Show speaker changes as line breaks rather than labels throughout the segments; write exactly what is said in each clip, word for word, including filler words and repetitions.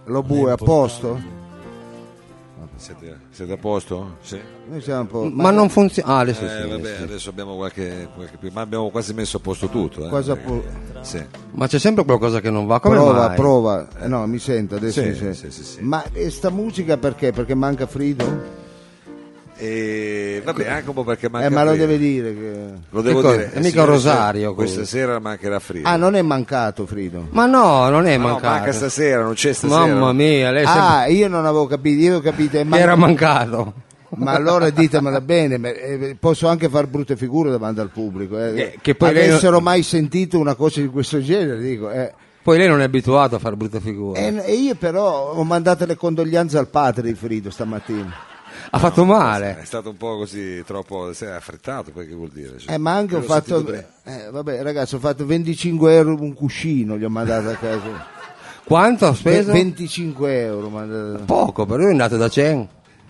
Lo bue a posto?
Siete, siete a posto? Sì.
Noi siamo un po'...
Ma, ma non funziona. Ah, adesso
Eh,
sì,
vabbè,
sì.
adesso abbiamo qualche, qualche ma abbiamo quasi messo a posto tutto. Eh,
Quasi a
perché-
po-
sì.
Ma c'è sempre qualcosa che non va. Come
prova,
mai?
prova. Eh, no, mi sento adesso.
Sì,
mi sento.
sì, sì, sì.
Ma e sta musica perché? Perché manca Frido?
E vabbè, anche un po' perché manca
Eh, ma lo
Frido.
deve dire che...
Lo devo
Che cosa?
dire.
È
eh,
mica
signore,
Rosario,
Questa
quello.
sera mancherà Frido.
Ah, non è mancato Frido.
Ma no, non è
Ma no,
mancato.
manca stasera, non c'è stasera.
Mamma mia, lei sempre...
Ah, io non avevo capito, io ho capito. è
che
man-
era mancato.
Ma allora ditemela bene, ma, eh, posso anche fare brutte figure davanti al pubblico. Eh.
Che- che poi lei-
Avessero mai sentito una cosa di questo genere, dico. Eh.
Poi lei non è abituato a fare brutte figure.
E, e io però ho mandato le condoglianze al padre di Frido stamattina.
Ha fatto male.
È stato un po' così troppo sei affrettato, poi che vuol dire? Cioè,
Eh, ma anche ho
l'ho
fatto,
sentito prima.
eh, vabbè ragazzi, ho fatto venticinque euro un cuscino, gli ho mandato a casa.
Quanto ha speso?
venticinque euro. ho mandato.
Poco, però è andato da cento.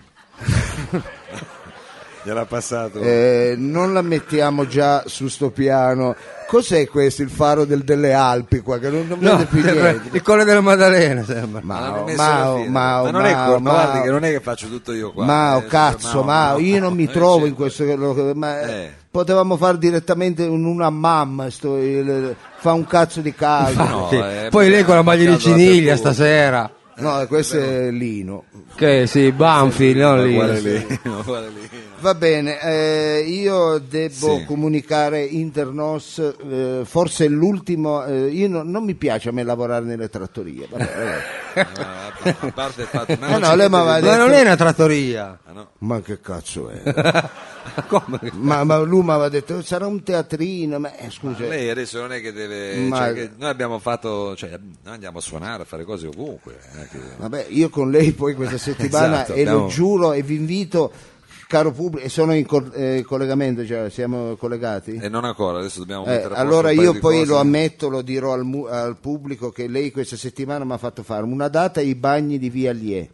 Gliel'ha passato.
Eh, non la mettiamo già su sto piano. Cos'è questo, il faro del- delle Alpi qua? Che non, non
No,
vede più niente.
il Colle della Maddalena sembra.
Ma l'hanno
Mao,
messo alla
Mao,
fine.
Mao,
ma non è
Mao,
colpa,
Mao.
guardi che non è che faccio tutto io qua.
Mao,
eh,
cazzo,
Mao,
Mao, io non mi
Eh,
trovo
c'è-
in questo. Ma
Eh.
potevamo fare direttamente un, una mamma, sto, il- fa un cazzo di caldo.
No,
Sì.
eh,
Poi lei con la maglia di
caldo
ciniglia
dappertutto.
stasera.
No, questo è Lino.
Che sì, Banfield, non lì.
Guarda lì, guarda lì.
Va bene, eh, io devo
Sì.
comunicare Internos, eh, forse è l'ultimo, eh, io no- non mi piace a me lavorare nelle trattorie. Vabbè, vabbè.
Ah, a parte il fatto, ma
Eh
non
no,
ci
lei mi
mettete-
aveva
Ma non
detto-
è una trattoria.
Ah, no.
Ma che cazzo è?
Come?
ma, ma lui mi aveva detto sarà un teatrino, ma eh, scusa.
Lei adesso non è che deve,
Ma-
cioè, che noi abbiamo fatto, cioè, noi andiamo a suonare, a fare cose ovunque. eh, che-
Vabbè, io con lei poi questa settimana
Esatto,
e lo
abbiamo-
giuro e vi invito, caro pubblico, e sono in col- eh, collegamento, cioè siamo collegati?
E non ancora, adesso dobbiamo
Eh,
mettere a posto
allora
un paio
io
di
poi
cose.
lo ammetto, lo dirò al, mu- al pubblico che lei questa settimana mi ha fatto fare una data ai bagni di Via Liè.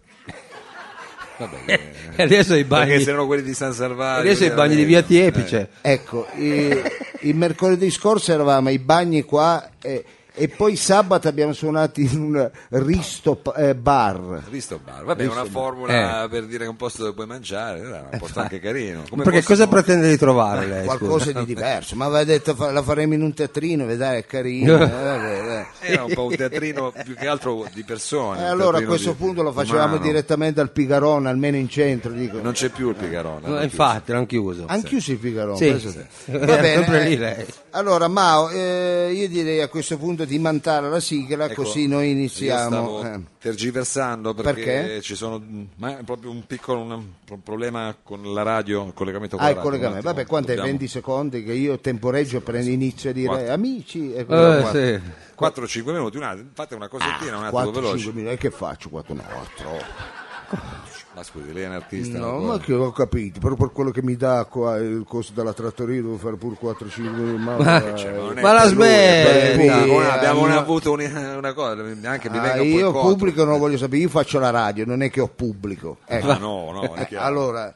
Vabbè,
E adesso i
perché
bagni.
se erano quelli di San Salvario.
Adesso i
era
bagni di
meglio.
via Tiepice.
Ecco, i- il mercoledì scorso eravamo ai bagni qua e, e poi sabato abbiamo suonato in un Risto eh, bar.
Risto bar, vabbè, è una formula per dire che è un posto dove puoi mangiare, era un posto anche carino. Come
Perché
possiamo-
cosa pretende di trovare lei?
Qualcosa
scusa?
di diverso, ma aveva detto fa- la faremo in un teatrino, vedrai, è carino. eh, vabbè, dai.
Era un po' un teatrino più che altro di persone.
E
un
allora a
teatrino
questo
di-
punto lo facevamo
umano.
direttamente al Pigarone, almeno in centro. Dico.
Non c'è più il Pigarone.
No,
hanno
infatti, l'hanno chiuso.
Hanno chiuso il Pigarone.
Sì,
questo-
sì.
Va
Era
bene,
sempre
eh.
lì lei.
Allora Mao, eh, io direi a questo punto di mantare la sigla,
Ecco,
così noi
Io
iniziamo.
stavo
eh.
tergiversando perché,
Perché?
ci sono ma è proprio un piccolo un, un problema con la radio, il collegamento con
Ah,
la
il
radio.
collegamento.
un attimo,
Vabbè, quanto è?
dobbiamo-
venti secondi che io temporeggio prendo inizio a dire
Quattro.
amici e
Eh,
qua.
sì.
quattro cinque minuti, un attimo, fate una cosettina un attimo
quattro
veloce.
cinque minuti, e che faccio? quattro no, troppo.
Ma scusi, lei è un artista.
No,
non
ma
può-
che ho capito, però per quello che mi dà qua il costo della trattoria devo fare pure quattro cinque minuti. Ma,
Cioè, non è
Ma la
per lui, è per il
smetta.
pubblico.
Eh,
abbiamo
no.
avuto una, una cosa, anche mi
Ah,
venga un po'
io
incontro.
pubblico non lo voglio sapere, io faccio la radio, non è che ho pubblico. Ecco.
Ma no, no, è
Eh,
chiaro.
allora,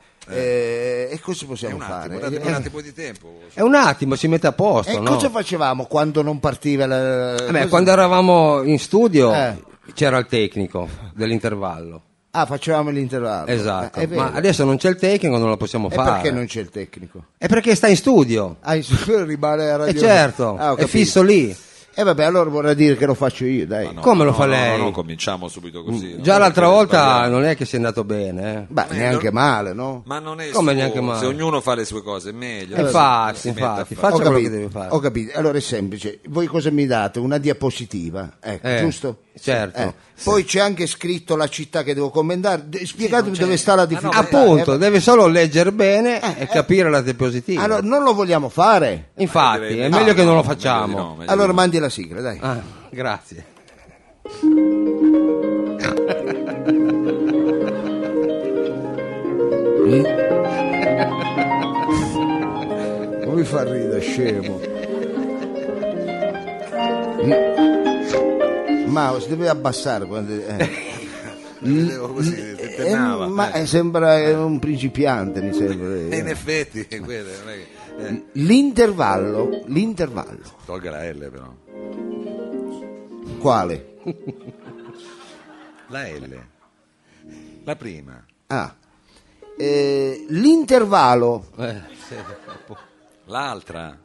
eh, e cosa
È
possiamo
un
fare?
attimo, datemi
Eh,
un attimo di tempo.
È un attimo, si mette a posto,
E
no?
cosa facevamo quando non partiva la...
Vabbè,
cosa-
quando eravamo in studio
Eh.
c'era il tecnico dell'intervallo.
Ah, facevamo l'intervallo.
Esatto.
Eh, è vero.
Ma adesso non c'è il tecnico, non lo possiamo
E
fare.
perché non c'è il tecnico?
È perché sta in studio.
Ah, in- rimane a radio.
E certo,
Ah, ho
è
capito.
fisso lì.
E vabbè, allora vorrà dire che lo faccio io, dai.
Ma no,
Come lo
no,
fa
no,
lei?
No, non cominciamo subito così.
Già
no?
l'altra
Perché
volta
sbagliamo.
non è che sia andato bene. Eh.
Beh, neanche male, no?
Ma non è
Come
suo,
neanche male?
se ognuno fa le sue cose è meglio.
Eh, infatti,
Si mette a
infatti,
fare.
faccia
Ho
quello che
capito,
deve fare.
ho capito. Allora è semplice. Voi cosa mi date? Una diapositiva, ecco,
Eh,
giusto?
certo.
Eh, Poi c'è anche scritto la città che devo commentare. De- Spiegatemi
non c'è-
dove sta la
Ah, no,
difficoltà.
Appunto,
eh.
deve solo leggere bene
Eh,
e capire la diapositiva.
Allora, non lo vogliamo fare?
Infatti,
Direi-
è
no,
meglio che
no,
non lo
meglio di
facciamo.
no, meglio
Allora
di no.
mandi la sigla, dai.
Ah, grazie.
Non mi fa ridere, scemo. Ma si deve abbassare quando... eh.
Vedevo così,
Eh,
tentennava,
ma
eh.
eh, sembra eh, un principiante, mi sembra.
E in effetti, quello, non è che- eh,
L'intervallo, l'intervallo,
tolga la L però.
quale?
La L. La prima.
Ah. Eh, l'intervallo.
Eh, sì.
L'altra.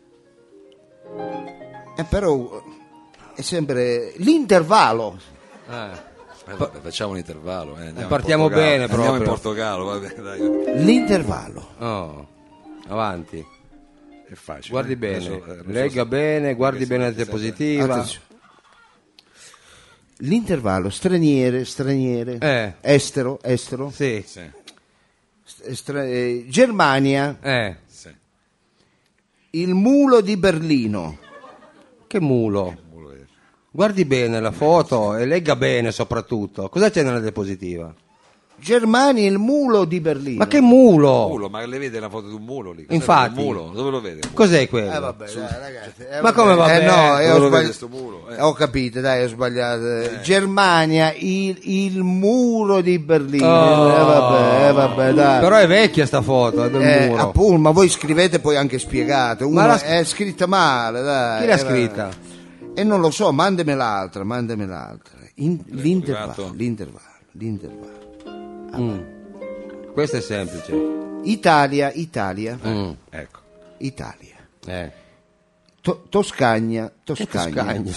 Eh, però è sempre l'intervallo.
Eh.
Eh, vabbè, facciamo un intervallo. Eh, andiamo
partiamo
in Portogallo.
bene
Andiamo in
proprio.
Portogallo, vabbè, dai.
L'intervallo.
Oh. Avanti.
È facile.
Guardi
eh.
bene,
Adesso, eh, non so
legga
se-
bene, guardi
perché
bene la
se- se-
diapositiva.
Attenzione. L'intervallo, straniere, straniere,
Eh.
estero, estero,
Sì.
Sì,
estra- eh, Germania,
Eh.
sì.
il mulo di Berlino,
Che mulo. Guardi bene la foto e legga bene soprattutto. Cosa c'è nella diapositiva?
Germania, il mulo di Berlino.
Ma che mulo?
Mulo, ma le vede la foto di un mulo lì? Cos'è
Infatti.
un mulo? Dove lo vede?
Cos'è quello?
Eh vabbè, dai, ragazzi. Eh,
Ma come va
eh,
bene?
no, eh,
Dove
ho,
lo
sbagli-
vede sto mulo? Eh.
ho capito, dai, ho sbagliato. Germania, il, il muro di Berlino.
Oh.
Eh, vabbè, eh, vabbè, dai.
Però è vecchia sta foto, è del
Eh,
muro.
appunto, ma voi scrivete poi anche spiegate. Uno
Ma la-
è scritta male, dai.
Chi l'ha
eh,
scritta?
vabbè. E non lo so, mandami l'altra, mandami l'altra. In- l'intervallo,
arrivato?
l'intervallo, l'intervallo.
Mm. Questo è semplice.
Italia, Italia,
Mm.
Ecco.
Italia.
Eh.
To- Toscagna,
Che
Toscagna.
Toscagna?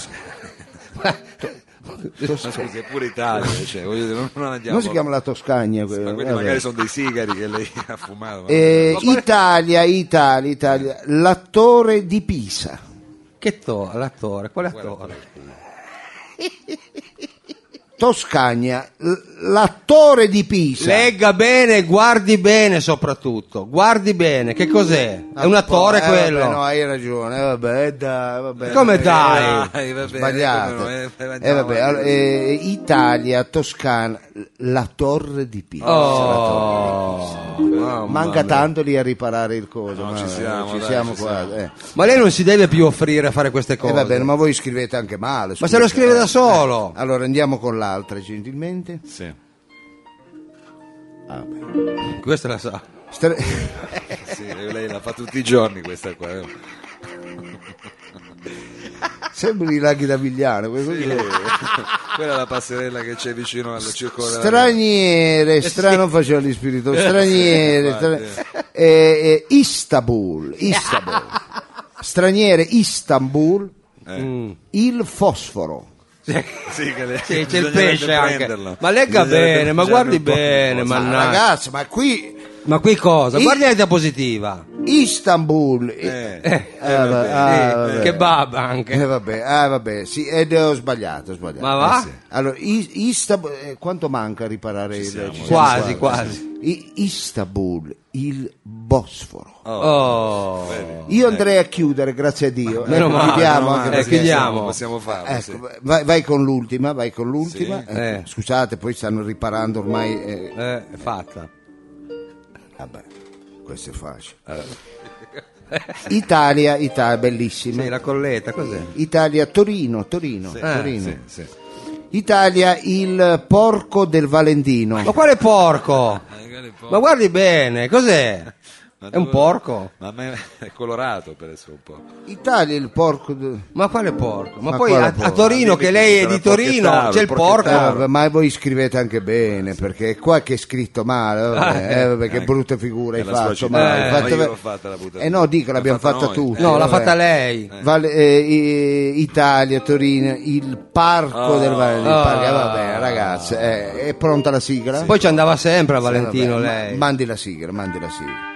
Ma scusi, è pure Italia, cioè, voglio dire, non, non andiamo.
Non si chiama la Toscagna
Ma
quella,
quelli
vabbè.
magari sono dei sigari che lei ha fumato. ma-
Eh, Italia, Italia, Italia, l'attore di Pisa.
Che to- l'attore? Quale attore?
Toscagna, l- l'attore di Pisa.
Legga bene, guardi bene soprattutto. Guardi bene, che cos'è? È un attore
Eh,
quello?
vabbè, no, hai ragione, eh, vabbè, dai, vabbè.
Come
Eh,
dai?
Dai, vabbè,
Sbagliato.
come no, eh,
Eh,
andiamo
vabbè,
avanti.
allora, eh, Italia, Toscana, la torre di Pisa.
Oh, mamma
Manca
mia.
tanto lì a riparare il coso.
No,
ma
ci siamo,
ci
dai,
siamo
ci
quasi.
siamo.
Eh.
Ma lei non si deve più offrire a fare queste
Eh,
cose.
va bene, ma voi scrivete anche male.
Ma se lo
scusa,
scrive
eh.
da solo.
Allora andiamo con l'altra, gentilmente.
Sì.
Ah, beh.
Questa la sa.
Stra-
Sì, lei la fa tutti i giorni questa qua. eh.
Sembri i laghi da Vigliano. quelle cose.
Sì. Quella è la passerella che c'è vicino al circolo della
Straniere, strano non faceva gli spirito, straniere,
Infatti.
stra- eh, eh, Istanbul, Istanbul, straniere, Istanbul,
Eh.
Mm.
il fosforo.
Sì, che le-
Sì, c'è il
bisognerebbe
pesce anche.
prenderlo.
Ma legga
Bisognerebbe
bene, ma
mangiarne
guardi
un po'.
bene,
Ma
mannaggia.
ragazzi, ma qui
Ma qui cosa?
I-
Guardi la diapositiva.
Istanbul,
Eh,
eh,
eh,
ah,
vabbè.
ah,
Sì,
vabbè.
che baba anche.
Eh, vabbè, ah, vabbè, sì, ed ho sbagliato, ho sbagliato.
Ma va?
Eh, sì. Allora, I- Istanbul, eh, quanto manca a riparare il
siamo,
ci siamo
Quasi, quasi.
I- Istanbul, il Bosforo.
Oh.
Io andrei a chiudere, grazie a Dio.
Meno
Ecco,
male,
chiudiamo
meno
anche
male,
Eh,
perché-
chiudiamo.
Possiamo farlo.
Ecco,
sì.
vai, vai con l'ultima, vai con l'ultima.
Sì.
Ecco,
Eh.
Scusate, poi stanno riparando ormai. eh,
Eh, è fatta.
vabbè, questo è facile. Italia, Italia, bellissima.
Sì, la colletta, cos'è?
Italia, Torino, Torino,
Sì,
Torino.
sì, sì.
Italia, il porco del Valentino.
Ma quale porco?
Eh, quale po-
Ma guardi bene, cos'è?
Ma
È un
dove-
porco?
Ma a me è colorato per essere un po'.
Italia, il porco. de-
Ma quale porco? Ma,
Ma
poi
quale
a, a
porco?
Torino,
Ma
che
dimmi
lei
che
è
sarà
di
il
Torino,
porchettaro,
c'è il
il porchettaro.
porco.
Eh, ma voi scrivete anche bene perché è qua che è scritto male, vabbè, eh, vabbè, che
Ecco.
brutta figura
È
hai
la sua
fatto.
città.
ma hai
Eh,
fatto-
ma io l'ho fatta la puttana.
Eh no, dico, l'abbiamo
L'ha fatta
fatta
noi.
tutti.
No, l'ha
vabbè.
fatta lei.
Vale- eh, i- Italia, Torino, il parco
Oh.
del Valentino.
Oh.
Vabbè, ragazzi, eh, è pronta la sigla?
Poi ci andava sempre a Valentino
Vabbè,
lei.
ma- mandi la sigla, mandi la sigla.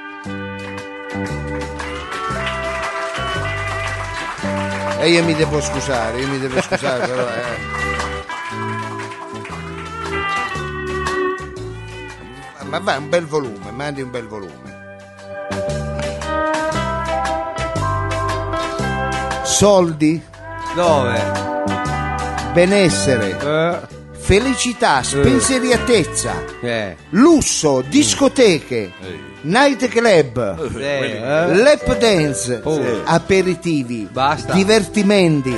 E io mi devo scusare, io mi devo scusare, però. eh. Ma vai, un bel volume, mandi un bel volume. Soldi,
Dove?
benessere,
Eh,
felicità, spensieratezza,
eh.
lusso, discoteche, night club,
Sì, eh.
lap dance,
Oh.
aperitivi,
Basta.
divertimenti,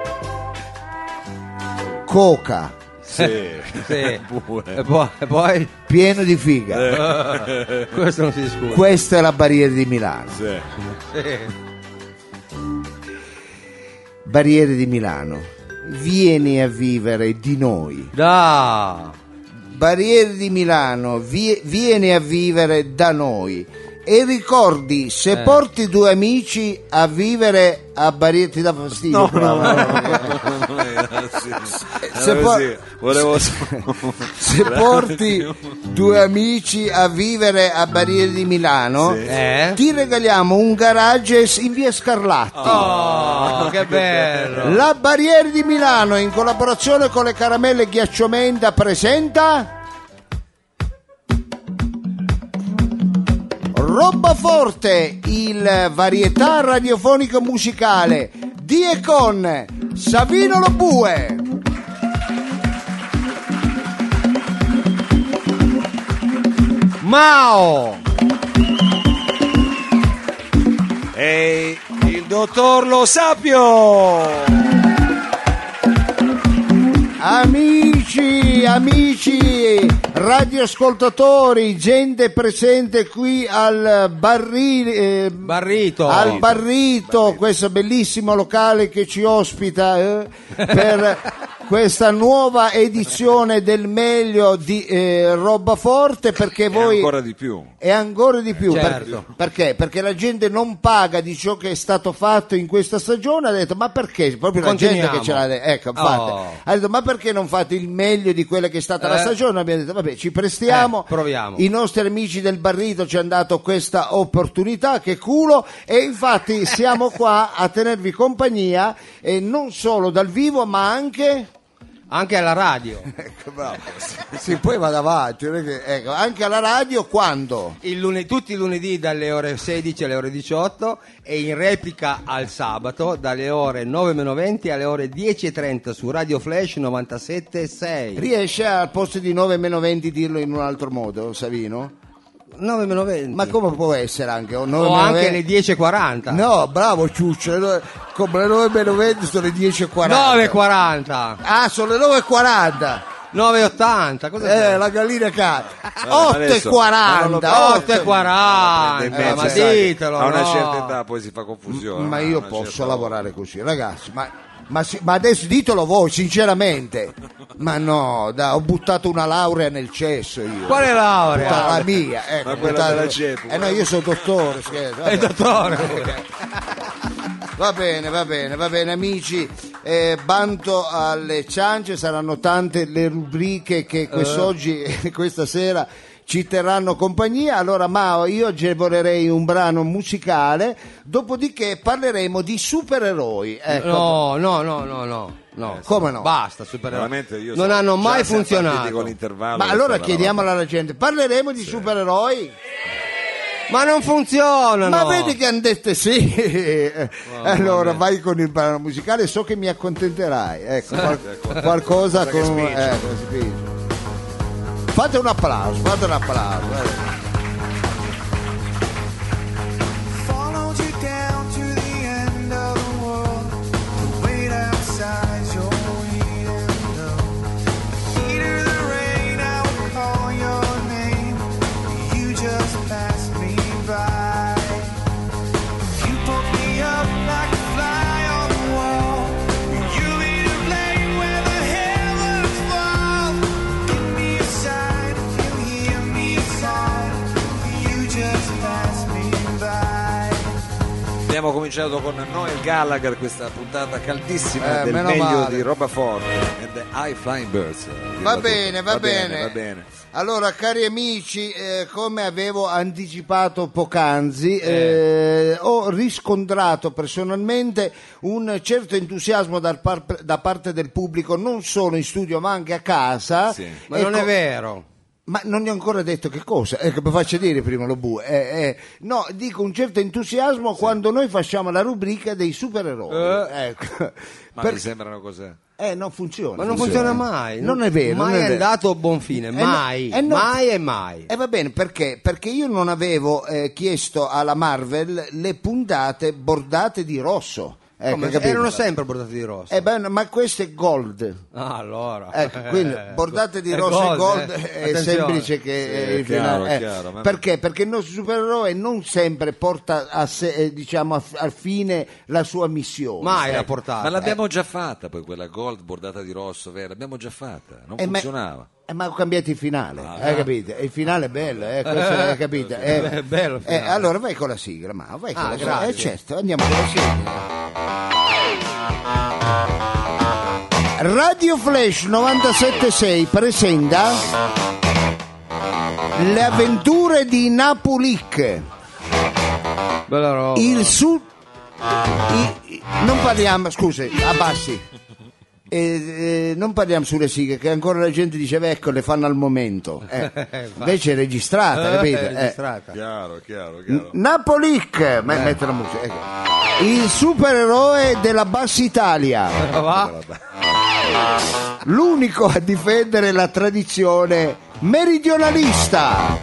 coca,
Sì.
Sì.
Pure.
E poi, e poi?
pieno di figa.
Questo non si discute.
Questa è la Barriera di Milano.
Sì.
Sì.
Barriere di Milano. vieni a vivere di noi.
Da.
Barriere di Milano, vie- vieni a vivere da noi. E ricordi, se
Eh.
porti due amici a vivere a Barriere, ti dà fastidio?
No,
bravo.
no, no, no, no, sì.
Se
Eh,
po-
sì, volevo
Se porti due amici a vivere a Barriere di Milano,
Sì.
Eh?
ti regaliamo un garage in via Scarlatti.
Oh, che bello.
La Barriere di Milano, in collaborazione con le caramelle Ghiacciomenda, presenta Roba Forte, il varietà radiofonico musicale di e con Savino Lobue.
Mao.
E il dottor Lo Sapio.
Amici, amici, radioascoltatori, gente presente qui al barri, eh,
Barrito.
al Barrito, questo bellissimo locale che ci ospita eh, per questa nuova edizione del meglio di eh, Roba Forte, perché
E
voi
ancora di più.
e ancora di più.
Certo.
Per- perché? Perché la gente non paga di ciò che è stato fatto in questa stagione. Ha detto ma perché? Proprio la gente
Continuiamo.
che ce l'ha detto. Ecco, infatti.
Oh.
Ha detto ma perché non fate il meglio di quella che è stata la
Eh.
stagione? Abbiamo detto vabbè, ci prestiamo.
Eh, proviamo.
I nostri amici del Barrito ci hanno dato questa opportunità, che culo, e infatti siamo qua a tenervi compagnia, e non solo dal vivo ma anche
Anche alla radio.
ecco, bravo. Sì, poi vado avanti, non è che- ecco, anche alla radio quando?
Il lune- tutti i lunedì dalle ore sedici alle ore diciotto e in replica al sabato dalle ore nove meno venti alle ore dieci e trenta su Radio Flash novantasette virgola sei.
Riesce al posto di nove meno venti dirlo in un altro modo, Savino?
nove meno venti.
Ma come può essere anche? O, nove
O
meno
anche
venti?
le dieci e quaranta.
No, bravo Ciuccio, le nove- come le nove meno venti sono le dieci e quaranta.
nove e quaranta.
Ah, sono le nove e quaranta.
nove e ottanta. Cosa
Eh,
sei?
la gallina cade.
ma
otto e
adesso-
quaranta.
ma non lo-
otto e quaranta.
Eh,
ma
invece, sai,
ditelo.
a una
no.
certa età poi si fa confusione.
Ma
a
io
una
posso
certa-
lavorare così, ragazzi, ma, ma, si- ma adesso ditelo voi, sinceramente. Ma no, da- ho buttato una laurea nel cesso io.
Quale laurea?
Buttata la mia, ecco,
Ma quella
buttata-
della CEPU.
Eh no, io sono dottore, scherzo. vabbè.
Eh, dottore.
Va bene, va bene, va bene amici, eh, banto alle ciance, saranno tante le rubriche che quest'oggi e questa sera ci terranno compagnia. Allora Mao, io agevolerei un brano musicale, dopodiché parleremo di supereroi. Ecco.
No, no, no, no, no. no.
Come no?
Basta, supereroi.
Veramente io
Non
so-
hanno
già
mai
siamo partiti
funzionato.
con l'intervallo
Ma
che
allora
parlavamo.
chiediamola alla gente, parleremo di supereroi?
Ma non funzionano.
Ma vedi che hanno detto sì. Allora vai con il brano musicale, so che mi accontenterai. Ecco, qual- qualcosa
che
con
spinge.
ecco, spinge. Fate un applauso, fate un applauso. eh.
Followed you down to the end of the world. The wait outside your window. The heat or the rain, I would call your name. You just passed me by. You put me up like a fly on the wall. You be to blame where the heavens fall. Give me a sign, you hear me sigh. You just passed me by.
Abbiamo cominciato con Noel Gallagher, questa puntata caldissima
Eh,
del
meno
meglio
male.
di Roba Forte and the High Flying Birds.
Va bene, va, bene.
va bene.
Allora, cari amici, eh, come avevo anticipato poc'anzi, eh, ho riscontrato personalmente un certo entusiasmo dal par- da parte del pubblico, non solo in studio ma anche a casa.
Sì.
Ma non è
Ecco,
vero.
Ma non gli ho ancora detto che cosa, ecco, mi faccia dire prima lo bue. Eh, eh, no, dico un certo entusiasmo quando noi facciamo la rubrica dei supereroi.
Eh.
Ecco.
Ma
Per-
mi sembrano cos'è?
Eh, non funziona.
Ma non funziona mai.
Non è vero.
Mai
non è
è
vero.
andato a buon fine.
Eh, no-
Mai.
eh, no.
Mai e mai.
E va bene, perché? Perché io non avevo eh, chiesto alla Marvel le puntate bordate di rosso. Ecco,
Come,
capito?
erano sempre bordati di rosso.
Eh, beh, ma questo è gold.
Ah, allora.
Ecco, quindi bordate di
È
rosso e
gold,
gold
eh.
è
Attenzione.
semplice che
Sì,
eh, il
chiaro,
finale- eh,
chiaro, ma-
perché? Perché il nostro supereroe non sempre porta a sé, eh, diciamo, a, a fine la sua missione.
Mai
Ecco.
l'ha portata.
Ma l'abbiamo già fatta poi quella gold bordata di rosso, vera, l'abbiamo già fatta, non
Eh, ma-
funzionava.
Eh, ma ho cambiato il finale,
Ah.
hai capito? E il finale è bello, eh, questo, hai capito? Eh,
È bello il
eh,
finale.
allora vai con la sigla, ma vai con
Ah,
la sigla.
grazie.
Eh, certo, andiamo con la sigla. Radio Flash novantasette sei presenta Le avventure di Napulic.
Bella roba.
Il sud. i- i- Non parliamo, scusi, abbassi. Eh, eh, non parliamo sulle sighe, che ancora la gente diceva ecco le fanno al momento. Eh, invece è registrata,
Eh,
capito?
è
Eh.
registrata.
Chiaro, chiaro, chiaro.
Napolic, ma mette la musica. ecco. Il supereroe della Bassa Italia,
Va?
l'unico a difendere la tradizione meridionalista.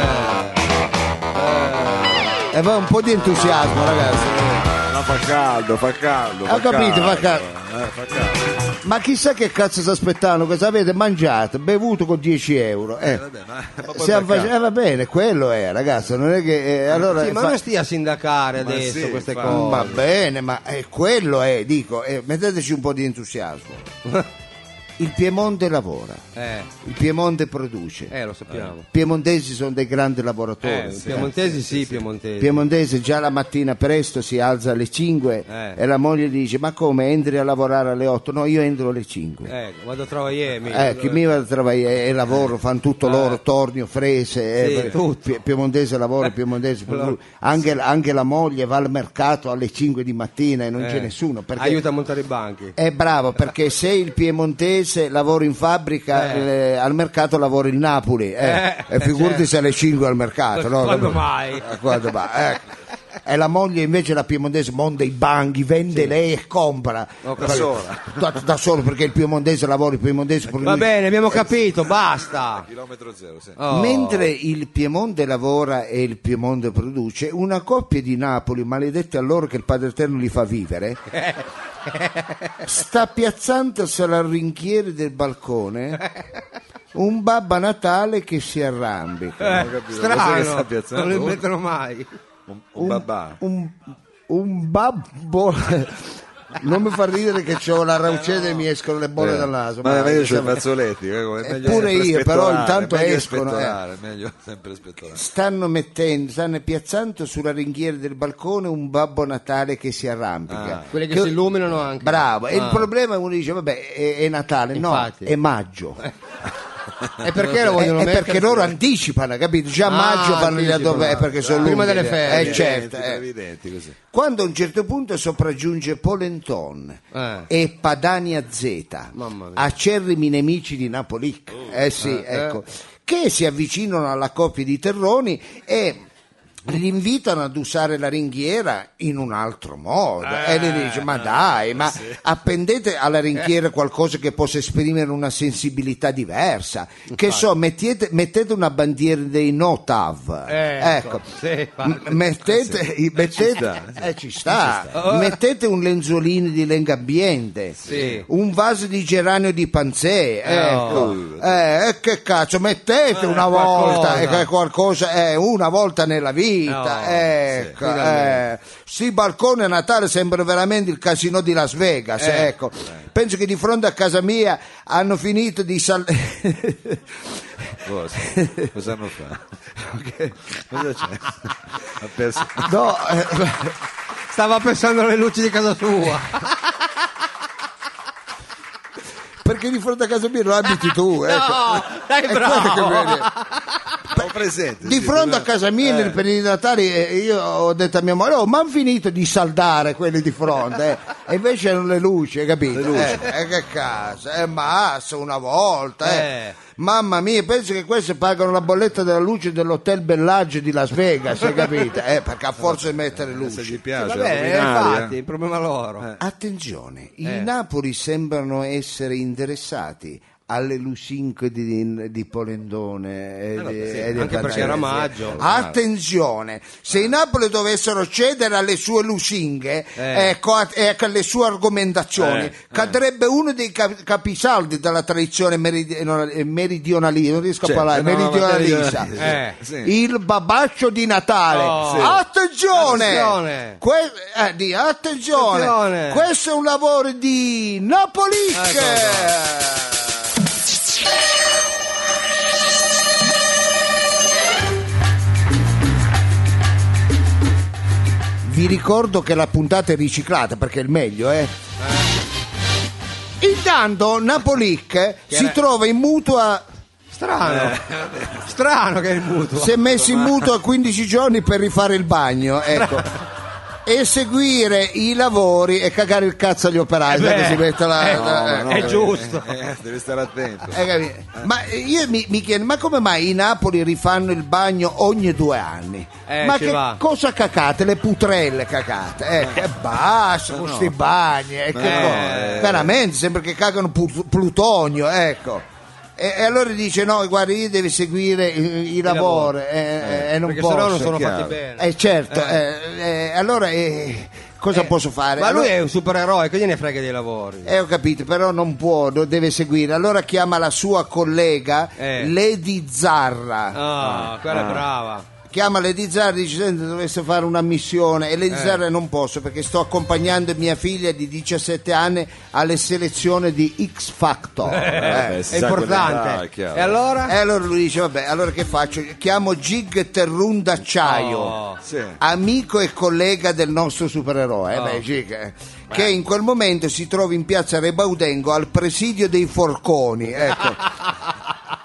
E va un po' di entusiasmo, ragazzi.
Ma fa caldo, fa caldo.
Ho capito, fa caldo.
Eh, fa caldo.
Ma chissà che cazzo sta aspettando, cosa avete mangiato, bevuto con dieci euro. Eh.
Eh, vabbè, ma, ma poi
Stiamo
fa
face-
caldo.
eh, va bene, quello è, ragazzi, non è che eh, allora
Sì, ma
fa-
non stia a sindacare
Ma
adesso
sì,
queste
infatti.
cose.
va bene, ma eh, quello è, dico, eh, metteteci un po' di entusiasmo. Il Piemonte lavora,
Eh,
il Piemonte produce.
eh, lo sappiamo.
I piemontesi sono dei grandi lavoratori.
Eh, piemontesi sì, piemontesi.
Il piemontese già la mattina presto si alza alle cinque
Eh.
e la moglie gli dice ma come entri a lavorare alle otto? No, io entro alle cinque.
Eh, vado a trovare mi.
Eh, chi mi va a lavorare e lavoro, fanno tutto loro, tornio, frese,
Sì,
eh,
tutto.
pie- piemontese lavora, piemontese produce. Anche, anche la moglie va al mercato alle cinque di mattina e non
Eh,
c'è nessuno. Perché
Aiuta a montare i banchi.
è bravo, perché se il piemontese lavora in fabbrica,
Eh.
eh, al mercato lavora il Napoli. eh.
Eh,
e figurati
certo.
se alle cinque al mercato. No?
Quando mai?
Eh, quando mai? Ecco. E la moglie invece, la piemontese, monta i banchi, vende lei e compra
Ho
da
capito.
sola, da, da solo, perché il piemontese lavora, il piemontese produce.
Va bene, abbiamo capito, basta.
Chilometro zero, sì.
Oh.
Mentre il Piemonte lavora e il Piemonte produce, una coppia di Napoli, maledetti a loro che il Padre Eterno li fa vivere, sta piazzandosi al rinchiere del balcone un Babbo Natale che si arrambica.
Ho capito, cos'è che sta
Strano,
piazzando?
non lo inventano mai.
Un, un babà.
Un, un babbo. Non mi fa ridere che c'ho la rauceda e mi escono le bolle
Eh,
dal naso.
Ma, ma io c'ho i
diciamo-
fazzoletti, eh, è meglio
Eppure
sempre
io, però
spettorare,
intanto
meglio
escono, eh.
spettorare, meglio sempre spettorare.
stanno mettendo, stanno piazzando sulla ringhiera del balcone un Babbo Natale che si arrampica.
Ah.
Quelli che si illuminano anche.
Bravo, e
Ah.
il problema è uno dice vabbè è, è Natale,
Infatti.
no, è maggio.
E perché lo vogliono
È, è
mettere?
perché loro anticipano, capito? Già a
Ah,
maggio fanno gli
anticipano.
addobbi, eh, perché sono
Prima
lunghi,
delle ferie.
eh, certo,
Evidenti,
eh.
evidenti, così.
Quando a un certo punto sopraggiunge Polenton
Eh.
e Padania Z,
Mamma mia.
acerrimi nemici di Napoli, eh sì, ecco, che si avvicinano alla coppia di terroni e li invitano ad usare la ringhiera in un altro modo. E lei dice ma dai, ma appendete alla ringhiera qualcosa che possa esprimere una sensibilità diversa, che so, mettete, mettete una bandiera dei Notav,
Ecco,
ecco.
sì,
M-
infatti.
mettete, i- mettete-
sta,
eh, ci sta. mettete un lenzolino di Lengambiente,
Sì.
un vaso di geranio di Panzè, ecco.
Oh.
Eh, e che cazzo, mettete una
qualcosa.
volta eh, che qualcosa, eh, una volta nella vita,
No,
ecco,
sì, finalmente.
eh. Sti balconi a Natale sembra veramente il casino di Las Vegas,
Eh.
ecco. Penso che di fronte a casa mia hanno finito di sal...
Cosa? Cosa hanno fatto? Cosa c'è? Ha perso.
no, eh,
Stava pensando alle luci di casa sua.
perché di fronte a casa mia lo abiti tu, ecco.
No, dai,
È quello che mi viene.
Ho presente.
Di
sì,
fronte a
sì,
casa mia nel
eh.
periodo di Natale eh, io ho detto a mia moglie oh, ma hanno finito di saldare quelli di fronte eh. E invece erano le luci, hai capito?
Le luci.
Eh, eh, che cazzo, eh, mazza una volta eh.
Eh.
Mamma mia, penso che queste pagano la bolletta della luce dell'hotel Bellagio di Las Vegas, hai capito? Eh, perché a forza di mettere
Se gli
luci.
piace,
Vabbè,
la luminaria.
infatti, il problema loro.
Attenzione, i
Eh.
Napoli sembrano essere interessati alle lusinche di, di Polendone e
vabbè,
di-
sì,
e di
anche perché era maggio.
Attenzione, se i Napoli dovessero cedere alle sue lusinghe,
Eh.
ecco, a- ecco, alle sue argomentazioni,
Eh,
cadrebbe uno dei cap- capisaldi della tradizione meridionali- meridionalista, non riesco
Sì,
a parlare,
no, no,
meridionalista.
meridionalista.
Eh.
Sì.
Il babaccio di Natale.
Oh. Sì.
Attenzione!
Attenzione!
Que- eh, di- attenzione!
Attenzione!
Questo è un lavoro di Napolic!
Ecco
Vi ricordo che la puntata è riciclata perché è il meglio, eh. Intanto Napolic si
era-
trova in mutua,
Strano, strano che è il mutuo.
si è messo in mutua quindici giorni per rifare il bagno, ecco. Eseguire i lavori e cagare il cazzo agli operai.
Eh beh,
sai che si mette la-
eh,
la-
no, è giusto.
Eh, devi stare attento.
Hai capito? Ma io mi, mi chiedo, ma come mai i Napoli rifanno il bagno ogni due anni?
Eh,
ma
ci
che
va.
cosa cacate? Le putrelle cacate? Eh, che basta con questi bagni, eh, che
No,
co-
eh.
veramente sembra che cagano pu- plutonio, ecco. E, e allora dice: no, guarda, io devi seguire i, i lavori
lavori.
eh, e non
Perché
posso.
sennò non sono
chiaro.
fatti bene.
Eh, certo, eh, eh, allora eh, cosa
Eh,
posso fare?
Ma lui
Allora-
è un supereroe, che gliene frega dei lavori?
eh, ho capito, però non può, lo deve seguire. Allora chiama la sua collega
Eh.
Lady Zarra.
Ah, quella è brava.
Chiama Lady Zarra e dice: senti, dovreste fare una missione. E Lady
Eh.
Zarra: non posso perché sto accompagnando mia figlia di diciassette anni alle selezioni di X Factor. Eh.
beh, si
È
sa
importante.
quella- ah, è chiaro.
E allora?
E allora lui dice: vabbè, allora che faccio? Chiamo Gig Terrun d'Acciaio.
Oh.
Sì.
Amico e collega del nostro supereroe, eh,
Oh.
beh, Gig, eh, che in quel momento si trova in piazza Rebaudengo al presidio dei Forconi, ecco.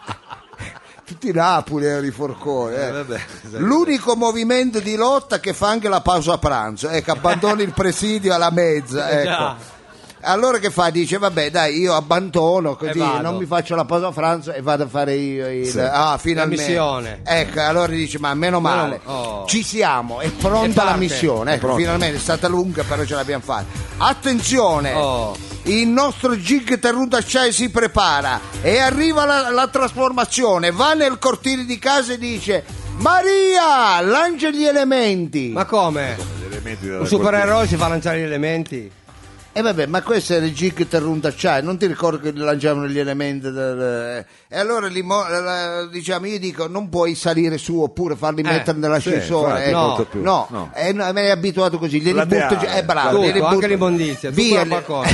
Tutti Napoli erano i Forconi, eh.
Eh, vabbè,
L'unico movimento di lotta che fa anche la pausa pranzo, ecco, abbandona il presidio alla mezza,
Eh,
ecco.
già.
Allora che fa? Dice: vabbè, dai, io abbandono così,
E vado.
non mi faccio la pausa pranzo e vado a fare io il,
Sì.
ah, finalmente.
missione.
Ecco, allora dice: ma meno male,
oh.
ci siamo, è
E
pronta la
parte.
missione. Ecco,
pronta.
finalmente è stata lunga, però ce l'abbiamo fatta. Attenzione!
Oh.
Il nostro Gig Terruto Acciaio si prepara e arriva la, la trasformazione, va nel cortile di casa e dice: Maria, lancia gli elementi.
Ma come?
Gli elementi della
Un supereroe si fa lanciare gli elementi?
E vabbè, ma questo era il Gig Terruto Acciaio, non ti ricordi che lanciavano gli elementi del- e allora li mo- la- diciamo, io dico: non puoi salire su oppure farli mettere nell'ascensore,
sì,
ecco.
no,
più.
no,
No.
eh, no, me ne è abituato così, glieli
Plateale.
butto giù, è bravo,
Tutto,
glieli
anche
butto-
l'immondizia, tutto
via
dal
le-
balcone.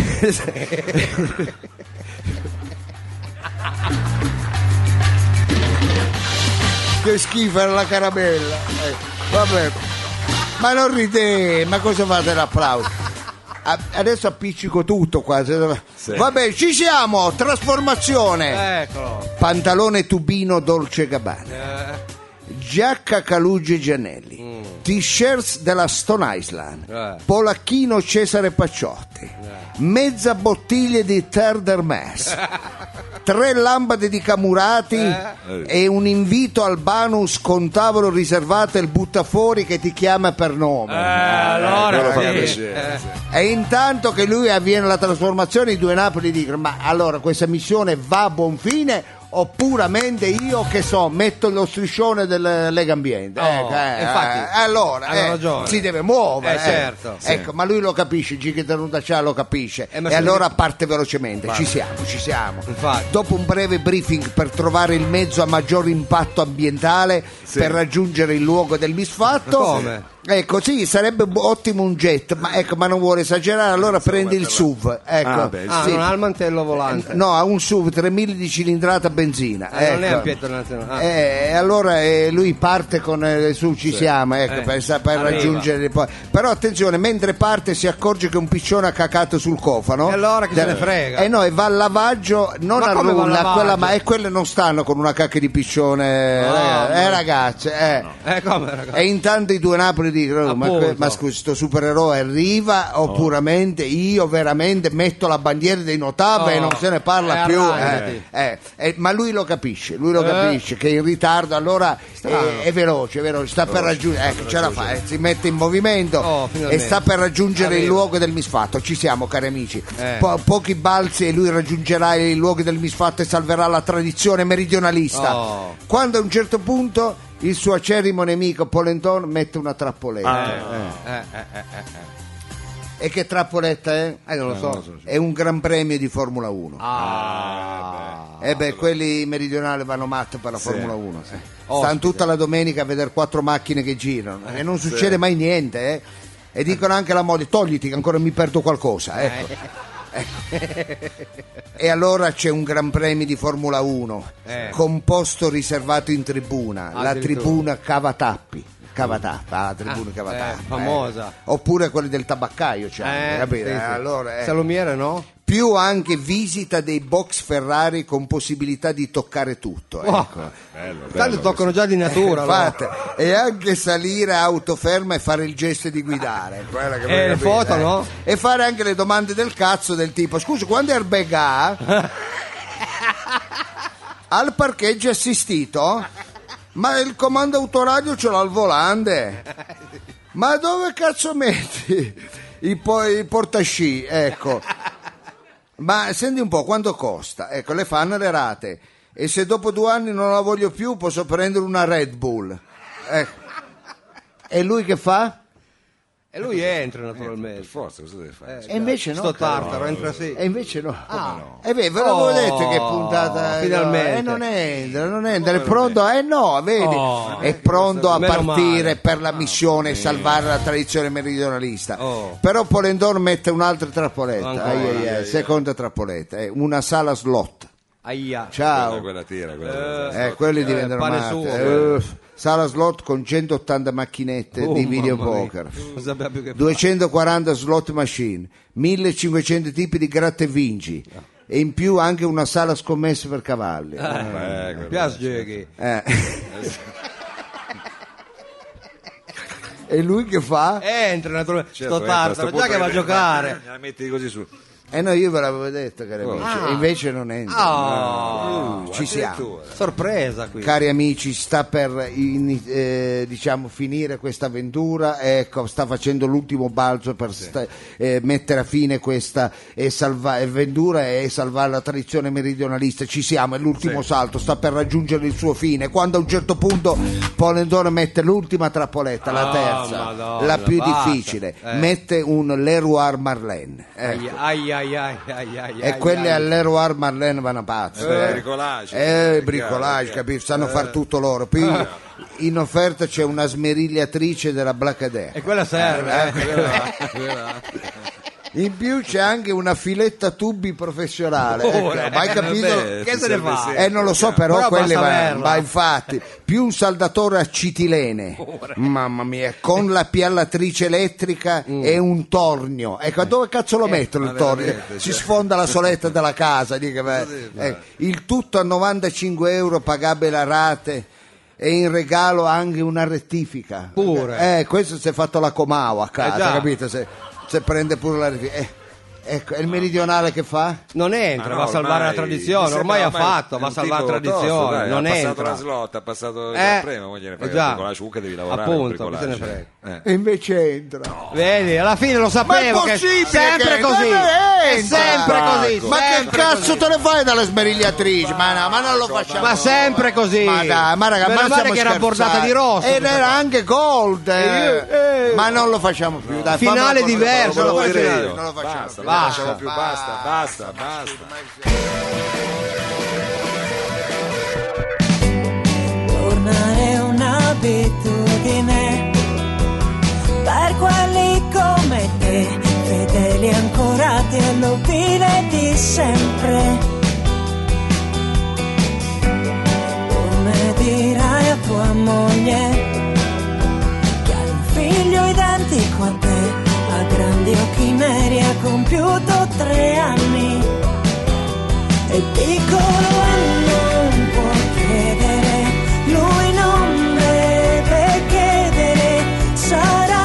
Che schifo era la caramella. Eh, vabbè, ma non ride, ma cosa fate l'applauso? A- Adesso appiccico tutto qua.
Sì.
Vabbè, ci siamo. Trasformazione.
Eccolo.
Pantalone tubino Dolce Gabbana,
Eh,
giacca Calugi Gianelli, t-shirts della Stone Island,
Eh.
polacchino Cesare Pacciotti, mezza bottiglia di Terre d'Hermes, tre lampade di Camurati
Eh.
e un invito al Banus con tavolo riservato al buttafuori che ti chiama per nome.
Eh, allora
quello fa
sì.
piacere,
Eh.
sì.
E intanto che lui avviene la trasformazione, i due Napoli dicono: ma allora questa missione va a buon fine o puramente io che so metto lo striscione del Lega Ambiente?
Oh,
Ecco, eh,
infatti,
eh, allora
hanno
eh,
ragione.
si deve muovere,
Eh, certo, sì.
ecco, ma lui lo capisce, Gigi Terrutaccia lo capisce,
Eh, ma
e
se
allora
devi-
parte velocemente. Ci siamo, ci siamo.
Infatti.
Dopo un breve briefing per trovare il mezzo a maggior impatto ambientale
Sì.
per raggiungere il luogo del misfatto.
Come?
Ecco, sì, sarebbe bu- ottimo un jet, ma, ecco, ma non vuole esagerare, allora prende il S U V. Ecco.
Ah, beh,
Ah,
Sì.
non ha il mantello volante.
No, ha un S U V tremila di cilindrata a benzina.
Ah, non è
ecco.
un pietro nazionale. Ah.
Eh, allora eh, lui parte con eh, su ci siamo, ecco,
Eh,
per, sa- per
arriva.
raggiungere poi. Però attenzione, mentre parte si accorge che un piccione ha cacato sul cofano.
E allora chi se ne
Eh,
frega?
Eh no, e va al lavaggio, non
Ma
a
come va al
rulla,
lavaggio?
quella, ma e quelle non stanno con una cacca di piccione,
No,
ragazzi,
ma-
eh, ragazze, eh.
Eh, come ragazzi?
E intanto i due Napoli dicono, ma,
Appunto.
ma scusi, sto supereroe arriva o puramente io veramente metto la bandiera dei notabili e
Oh.
non se ne parla
Eh,
più.
arrangiti.
eh, eh, eh, ma lui lo capisce, lui lo
Eh.
capisce che è in ritardo, allora
Strano.
è, è veloce, è veloce, sta per raggiungere, ecco, ce la fa, eh, si mette in movimento
Oh,
e
finalmente.
sta per raggiungere il
Arriva.
luogo del misfatto. Ci siamo, cari amici.
Eh.
Po- pochi balzi e lui raggiungerà i luoghi del misfatto e salverà la tradizione meridionalista.
Oh.
Quando a un certo punto il suo acerrimo nemico Polenton mette una trappoletta.
Eh, eh, eh, eh, eh.
E che trappoletta è?
Eh, non lo so.
È un gran premio di Formula uno.
Ah.
E beh, quelli meridionali vanno matti per la Formula uno. eh.
Ospite.
Stanno tutta la domenica a vedere quattro macchine che girano e non succede mai niente. eh. E dicono anche alla moglie: togliti che ancora mi perdo qualcosa. Ecco. E allora c'è un gran premio di Formula uno
Eh.
con posto riservato in tribuna, la
Addirittura.
tribuna Cavatappi. Cavatappi, ah, la tribuna
Ah,
Cavatappi.
eh, famosa.
Oppure quelli del tabaccaio, cioè,
Eh,
capito?
sì,
Eh,
sì.
allora, eh.
Salumiere no?
Più anche visita dei box Ferrari con possibilità di toccare tutto.
Oh.
Ecco.
Tanto toccano già di natura. allora.
Infatti, e anche salire a autoferma e fare il gesto di guidare. Quella che voi
Eh, le
capite,
foto,
eh.
no?
E fare anche le domande del cazzo del tipo: scusa, quando airbag ha? Al parcheggio assistito? Ma il comando autoradio ce l'ha al volante. Ma dove cazzo metti i, po- i portasci? Ecco. Ma senti un po', quanto costa? Ecco, le fanno le rate. E se dopo due anni non la voglio più, posso prendere una Red Bull. Ecco. E lui che fa?
E lui entra
Per
naturalmente.
forza, cosa deve fare?
E invece no.
Sto tartaro, entra sì.
E invece no.
Ah.
E beh, ve l'avevo
Oh,
detto che puntata.
finalmente.
E non entra, non entra. È pronto? Eh no, vedi?
Oh.
È pronto a
Meno
partire
male.
per la missione e salvare la tradizione meridionalista.
Oh.
Però Polendor mette un'altra trappoletta.
Ancora.
Ai, ai, ai, seconda trappoletta. È una sala slot.
Aia.
Ciao.
Quella, quella tira, quella.
Eh, quelli
Eh,
diventano
pane
matti.
suo,
Eh,
quello.
uff. Sala slot con centottanta macchinette
Oh,
di video
mamma mia.
poker.
Non sapeva più che fare.
duecentoquaranta slot machine, millecinquecento tipi di gratta e vinci e in più anche una sala scommesse per cavalli.
Eh, quella-
Piace giochi.
Eh. E lui che fa?
Entra naturalmente.
Certo,
Sto
entra, a
tartaro,
sto
già
punto
che va a
che-
giocare.
La metti così su.
Eh no, io ve l'avevo detto, cari amici,
Ah.
e invece non entra.
Oh,
Ci siamo.
Addirittura.
sorpresa qui.
Cari amici, sta per in- eh, diciamo finire questa avventura, ecco, sta facendo l'ultimo balzo per sta- eh, mettere a fine questa e salva- avventura e salvare la tradizione meridionalista. Ci siamo, è l'ultimo salto, sta per raggiungere il suo fine. Quando a un certo punto Polendore mette l'ultima trappoletta, la
Ah,
terza,
Madonna,
la più
basta.
difficile,
Eh.
mette un Leroy Marlene. Ecco.
Ai ai ai ai ai
E
ai,
quelli
ai.
all'Leroy Marlene vanno pazzi.
Eh,
eh.
bricolage.
Eh,
Eh,
bricolage,
chiaro,
capito? Sanno far tutto loro. Poi in offerta c'è una smerigliatrice della Blackader.
E quella serve. eh.
In più c'è anche una filetta tubi professionale.
Oh,
Ecco,
eh,
ma hai capito?
Beh,
Che
ti
se ne
serve
fa?
sempre,
Eh, non lo so,
chiaro.
però,
Però
quelle
basta
va,
averla.
va infatti. Più un saldatore acetilene, mamma mia, con la piallatrice elettrica e un tornio. Ecco, dove cazzo lo mettono il
ma
tornio?
veramente,
Si
cioè.
sfonda la soletta della casa. dica, beh. Eh, il tutto a novantacinque euro pagabile a rate. E in regalo anche una rettifica.
Pure.
Eh, questo si è fatto la Comau a casa,
Eh, già.
capito? Se, se prende pure la rettifica. Eh, ecco, e il meridionale che fa?
Non entra,
Ma
va a
no,
salvare la
ormai-
tradizione.
mi
Ormai ha
sembra
fatto,
è
va a
un
salvare la
tipo
tradizione.
tosto, dai,
non
ha passato
entra.
la slot, ha passato
Eh,
il premio, ma gliene
eh
frega
già.
il bricolage, comunque devi lavorare
Appunto,
per
chi se ne
bricolage.
frega.
Eh.
E invece entra.
Vedi, alla fine lo sapevo che è
possibile
sempre
che-
così.
Ma
È
entra!
sempre così.
Ma che
sempre
cazzo
così.
te ne fai dalle smerigliatrici? Ma no, ma non lo facciamo.
Ma sempre così.
Ma dai, ma raga,
Meno
ma
male
siamo
che era
scherzati.
bordata di rosso.
Ed era anche gold. eh.
Eh, eh.
Ma non lo facciamo più. Dai,
Finale
fammelo portare.
diverso,
Non lo
lo volevo
facciamo
dire
più,
io.
non lo facciamo
Basta,
più.
non lo
basta.
facciamo più, basta, basta, basta.
Tornare un'abitudine per quelli come te, fedeli ancorati all'ovile di sempre. Come dirai a tua moglie che hai un figlio identico a te, ha grandi occhi neri, ha compiuto tre anni, è piccolo e non può chiedere, lui non deve chiedere, sarà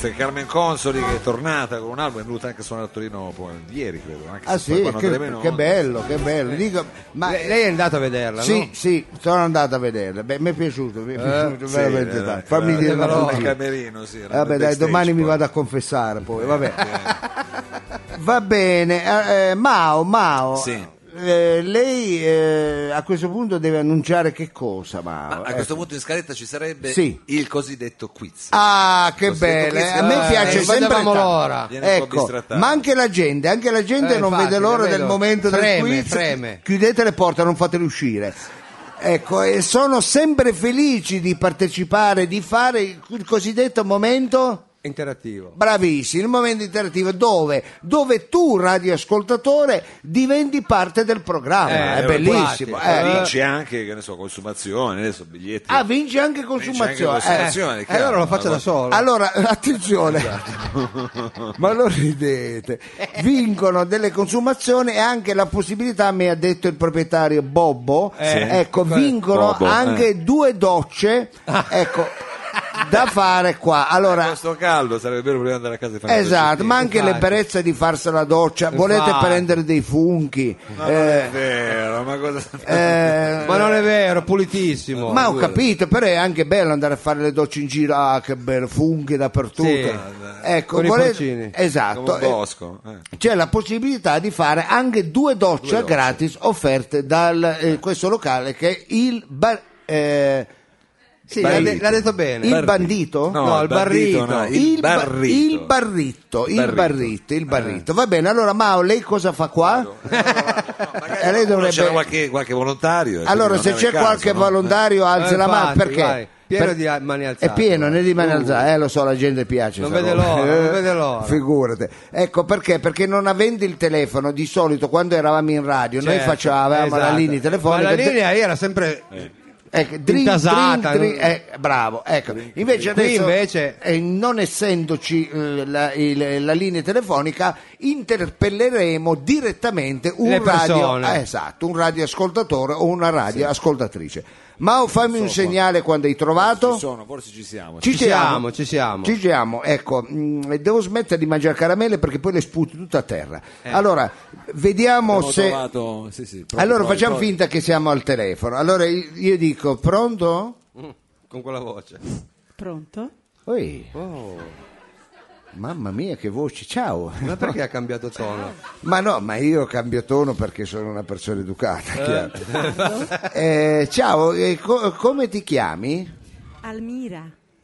c'è Carmen Consoli che è tornata con un album, è venuta anche a suonare a Torino poi, ieri credo, anche
Ah
se poi
sì,
quando
che,
andremo in
che
onda.
bello, che bello. Dico, ma
lei, lei è andato a vederla,
sì,
no?
sì, sono andato a vederla. Beh, mi è piaciuto, mi è piaciuto
Sì,
veramente
eh,
tanto.
eh,
Fammi
eh,
dire una
però
cosa.
il camerino, sì, era
Vabbè,
nel
dai,
backstage,
domani mi
poi.
vado a confessare poi, vabbè. Va bene, eh, eh, Mao, Mao.
Sì.
eh, lei eh, a questo punto deve annunciare che cosa, Mao?
Ma a
Ecco.
questo punto in scaletta ci sarebbe
Sì.
il cosiddetto quiz.
Ah, che
Cosiddetto
bello!
quiz,
A me
eh,
piace
eh,
sempre
vedevamo
tanto.
l'ora.
Viene un po'
Ecco,
bistrattato.
ma anche la gente, anche la gente
Eh,
non
infatti,
vede l'ora
lo
del
vedo.
momento
Freme,
del quiz.
freme.
Chiudete le porte, non fatele uscire. Ecco, e sono sempre felici di partecipare, di fare il cosiddetto momento.
Interattivo.
Bravissimo, il momento interattivo dove, dove tu radioascoltatore diventi parte del programma,
Eh,
è bellissimo.
infatti.
eh.
Vinci anche, che ne so, consumazione, adesso biglietti.
Ah, vince anche
Vince anche
consumazione.
consumazione,
eh.
è chiaro.
allora lo faccio
Ma-
da solo.
Allora, attenzione,
Esatto.
ma non ridete, vincono delle consumazioni e anche la possibilità, mi ha detto il proprietario Bobbo,
Eh,
ecco,
sì.
vincono
Bobbo,
anche
eh.
due docce, ecco, da fare qua. Allora,
Questo caldo sarebbe bello prima di andare a casa e fare
esatto, ma anche
infatti.
l'ebbrezza di farsi la doccia, volete
Infatti.
prendere dei funghi,
Ma non è
eh,
vero, ma cosa
eh,
Ma non è vero, pulitissimo.
ma ho capito, però è anche bello andare a fare le docce in giro, ah che bello, funghi dappertutto.
Sì.
Ecco,
Con i
volete-
porcini.
esatto,
come un
eh,
bosco. eh.
c'è la possibilità di fare anche due docce,
Due docce.
gratis offerte da questo locale che è il bar, eh,
Sì, l'ha, de-
Barrito.
l'ha detto bene.
il bandito?
No, il barrito.
no,
il,
il
ba-
barrito.
il barrito, il
Barrito.
barrito, il barrito. Va bene, allora Mao, lei cosa fa qua?
No, magari
Eh, lei dovrebbe-
c'era qualche, qualche volontario. e
Allora,
quindi
se
non è
c'è
il caso,
qualche
no?
volontario, alzi
Eh,
la mano,
infatti,
perché?
vai. Pieno
Per-
di mani
È
alzate.
pieno, né di mani
Uh.
alzate, eh, lo so, la gente piace.
Non
sta
vede
roba.
l'ora, non
Eh,
vede l'ora.
Figurate. Ecco perché? Perché non avendo il telefono, di solito quando eravamo in radio, noi
Certo,
facevamo la
esatto.
linea telefonica.
Ma la linea era sempre
Ecco, drink,
intasata,
drink, drink,
non-
eh, bravo, ecco. Invece
Qui
adesso,
invece-
eh, non essendoci eh, la, il- la linea telefonica, interpelleremo direttamente un
Le
radio,
persone.
eh, esatto, un radioascoltatore o una radioascoltatrice. Ma fammi un segnale quando hai trovato.
Ci sono, forse ci siamo.
Ci
Ci siamo, ci siamo.
Ci siamo, ecco, mm, devo smettere di mangiare caramelle perché poi le sputo tutte a terra. Allora, vediamo
Abbiamo
se...
trovato- sì, sì, proprio,
Allora
proprio,
facciamo
proprio.
finta che siamo al telefono. Allora io io dico, pronto?
con quella voce.
Pronto?
Oi,
Oh,
mamma mia che voce, ciao.
ma perché ha cambiato tono?
Ma no, ma io cambio tono perché sono una persona educata. chiaro. Eh, ciao, eh, co- come ti chiami?
Almira.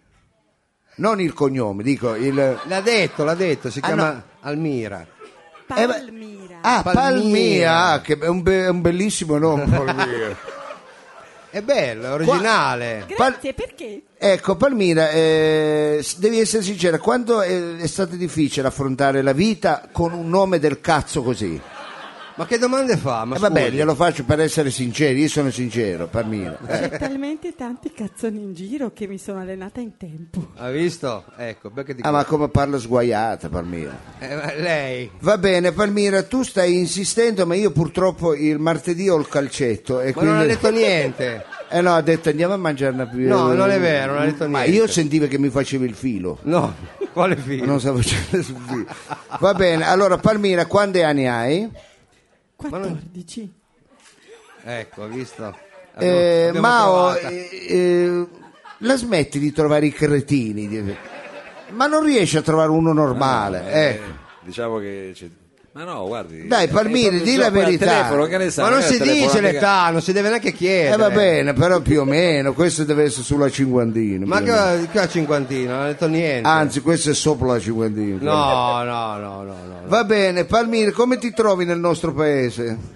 Non il cognome, dico il...
L'ha detto, l'ha detto, si
Ah,
chiama
no.
Almira.
Eh, ma-
Palmira.
Ah,
Palmira.
Palmira, ah, che è un, be- è un bellissimo nome. Palmira.
È bello, è originale.
Grazie, perché?
Ecco, Palmira, eh, s- devi essere sincera, quando è, è stato difficile affrontare la vita con un nome del cazzo così?
Ma che domande fa? Ma
Eh, vabbè,
scusi.
glielo faccio per essere sinceri, io sono sincero, Palmira. Eh.
C'è talmente tanti cazzoni in giro che mi sono allenata in tempo.
Ha visto? Ecco, perché di
Ah, ma come parla sguaiata, Palmira.
Eh, ma lei.
Va bene, Palmira, tu stai insistendo, ma io purtroppo il martedì ho il calcetto. E
Ma
quindi...
non ha detto niente.
Eh no, ha detto andiamo a mangiare una più.
No, non è vero, non ha detto
Ma
niente.
io sentivo che mi facevi il filo.
No, quale figlio?
Non stavo facendo sul filo. Va bene, allora Palmira, quanti anni hai?
quattordici.
Ecco, ha visto?
Eh,
Abbiamo
Mao,
trovata.
eh, eh, la smetti di trovare i cretini, ma non riesci a trovare uno normale.
Eh,
Ecco.
Diciamo che c'è- ma no, guardi.
Dai, Palmiri,
è proprio
di
il
la
gioco al
verità.
telefono, che ne sa,
Ma non
è
si
il telefono,
dice
mica-
l'età, non si deve neanche chiedere.
Eh va bene, però più o meno, questo deve essere sulla cinquantina.
Ma
più o meno.
che, che ha cinquantina, non ha detto niente.
Anzi, questo è sopra la cinquantina.
No, no, no, no, no.
Va bene, Palmiri, come ti trovi nel nostro paese?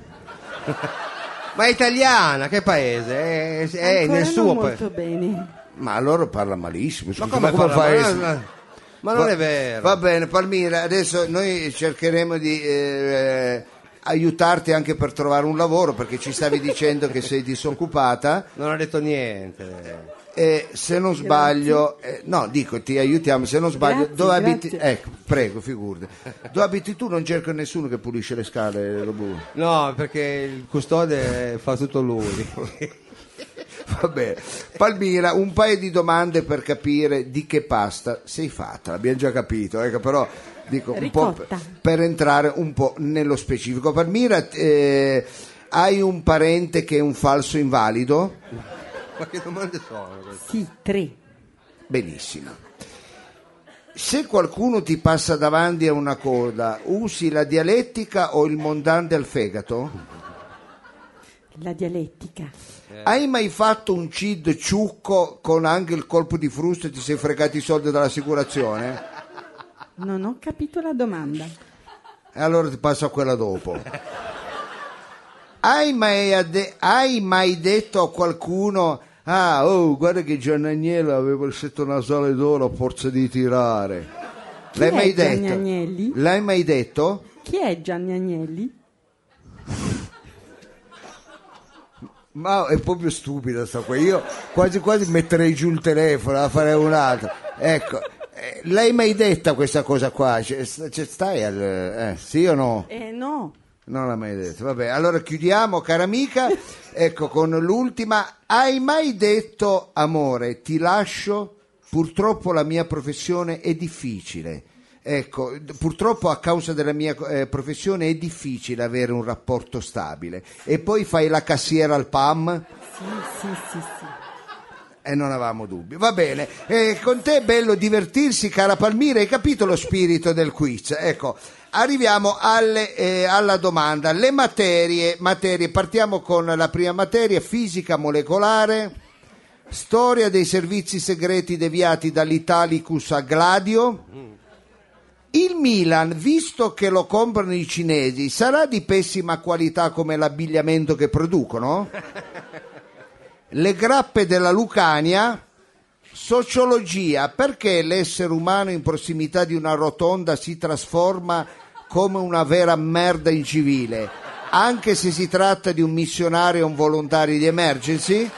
Ma è italiana, che paese? È, è
Ancora
nel suo
non
paese.
molto bene.
Ma allora parla malissimo.
Ma
scusa,
come,
come
parla?
fai?
Ma,
a-
ma- ma non è vero.
Va bene, Palmira, adesso noi cercheremo di eh, aiutarti anche per trovare un lavoro perché ci stavi dicendo che sei disoccupata
Non ha detto niente.
e se non sbaglio, eh, no, dico ti aiutiamo, se non sbaglio,
Grazie,
dove abiti?
grazie.
Ecco, prego, figurati. Dove abiti tu non cerco nessuno che pulisce le scale, Robù.
No, perché il custode fa tutto lui.
Va bene. Palmira, un paio di domande per capire di che pasta sei fatta. L'abbiamo già capito, ecco, però dico un po' per,
Ricotta.
per entrare un po' nello specifico. Palmira, eh, hai un parente che è un falso invalido?
Ma che domande sono queste?
Sì, tre.
Benissimo. Se qualcuno ti passa davanti a una coda, usi la dialettica o il mondante al fegato?
La dialettica.
Hai mai fatto un C I D ciucco con anche il colpo di frusto e ti sei fregato i soldi dall'assicurazione?
Non ho capito la domanda.
E allora ti passo a quella dopo. Hai mai, adde- hai mai detto a qualcuno: ah, oh, guarda che Gianni Agnelli aveva il setto nasale d'oro a forza di tirare?
Chi
L'hai
è
mai
Gianni
detto?
Agnelli?
L'hai mai detto?
Chi è Gianni Agnelli?
Ma è proprio stupida sta qua. Io quasi quasi metterei giù il telefono, la farei un'altra. Ecco, eh, l'hai mai detta questa cosa qua? C'è, c'è stai al eh, sì o no?
Eh no.
Non l'ha mai detto. Vabbè, allora chiudiamo, cara amica. Ecco, con l'ultima. Hai mai detto: amore, ti lascio? Purtroppo la mia professione è difficile. Ecco, purtroppo a causa della mia eh, professione è difficile avere un rapporto stabile. E poi fai la cassiera al P A M?
Sì, sì, sì, sì.
E non avevamo dubbi. Va bene, eh, con te è bello divertirsi, cara Palmira, hai capito lo spirito del quiz? Ecco, arriviamo alle, eh, alla domanda. Le materie, materie, partiamo con la prima materia, fisica molecolare, storia dei servizi segreti deviati dall'Italicus a Gladio. Il Milan, visto che lo comprano i cinesi, sarà di pessima qualità come l'abbigliamento che producono? Le grappe della Lucania. Sociologia, perché l'essere umano in prossimità di una rotonda si trasforma come una vera merda incivile, anche se si tratta di un missionario o un volontario di emergency?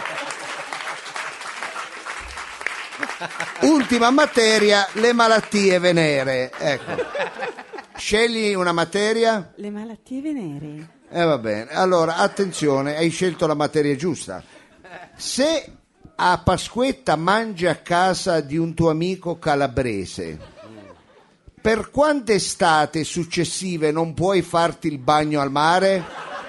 Ultima materia, le malattie venere. Ecco. Scegli una materia?
Le malattie venere.
Eh va bene, allora attenzione, hai scelto la materia giusta. Se a Pasquetta mangi a casa di un tuo amico calabrese, per quante estate successive non puoi farti il bagno al mare?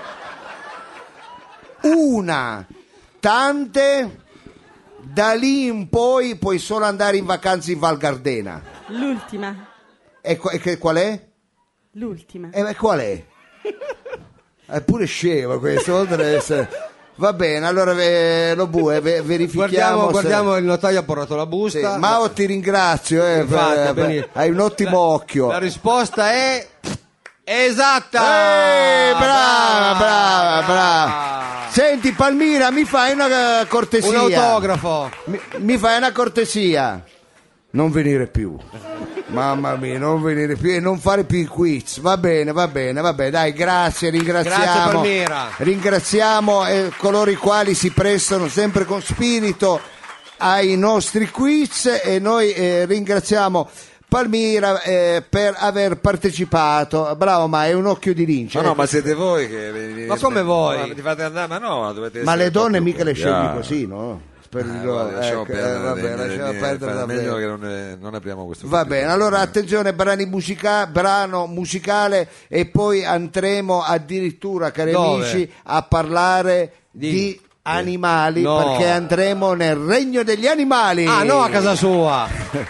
Una, tante, da lì in poi puoi solo andare in vacanza in Val Gardena.
L'ultima.
E, qu- e che- qual è?
L'ultima.
E eh, qual è? È pure scemo questo, oltre ad essere... Va bene, allora eh, lo bue, ve- verifichiamo.
Guardiamo,
se-
guardiamo, il notaio ha portato la
Sì,
busta.
Mao, ti ringrazio, eh,
Infatti,
per-
benissimo.
per- hai un ottimo
La-
occhio.
La risposta è esatta.
Eh, brava, brava, brava. Senti Palmira, mi fai una eh, cortesia?
Un autografo.
Mi, mi fai una cortesia? Non venire più. Mamma mia, non venire più e non fare più i quiz. Va bene, va bene, va bene. Dai, grazie, ringraziamo.
Grazie, Palmira.
Ringraziamo eh, coloro i quali si prestano sempre con spirito ai nostri quiz e noi eh, ringraziamo Palmira eh, per aver partecipato. Bravo, ma è un occhio di lince.
No, no,
ecco.
ma siete voi che vi-
Ma come voi?
Ma ti fate andare, ma no, dovete
Ma
essere
le donne
un po'
mica
più
le scegli
cordiali.
così, no? Per
Eh,
il-
guarda, lasciamo
ecco,
perdere,
eh, vabbè,
le-
lasciamo
le-
perdere
fa-
davvero.
meglio che non, ne- non apriamo questo
Va
tipo di
bene, allora
problemi.
attenzione, brani musica- brano musicale e poi andremo addirittura, cari
Dove?
amici, a parlare di,
Di-
animali,
No.
perché andremo nel regno degli animali.
Ah, no, a casa sua.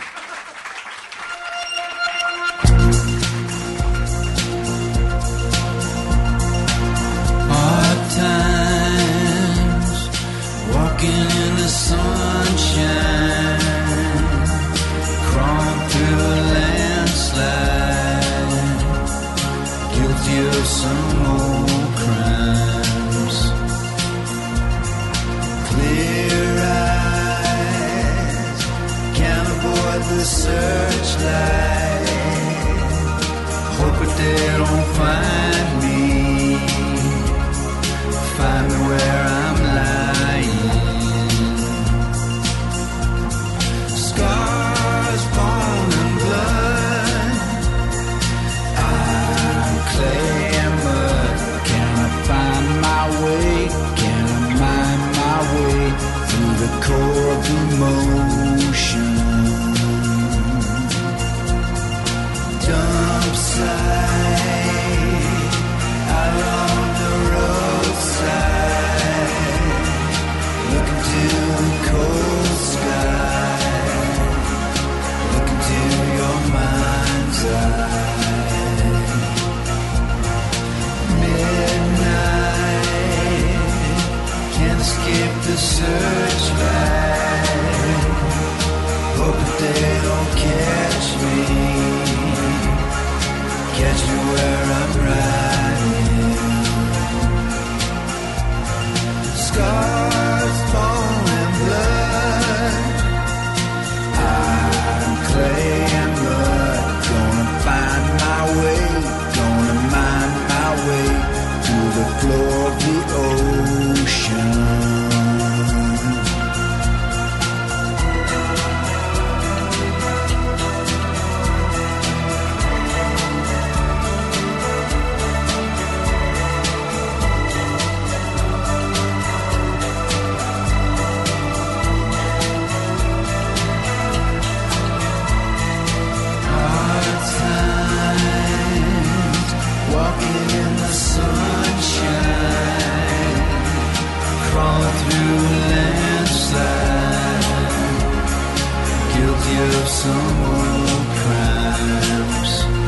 Hard times, walking in the sunshine, crawling through a landslide, guilty of some old crimes. Clear eyes, can't avoid the some old crimes.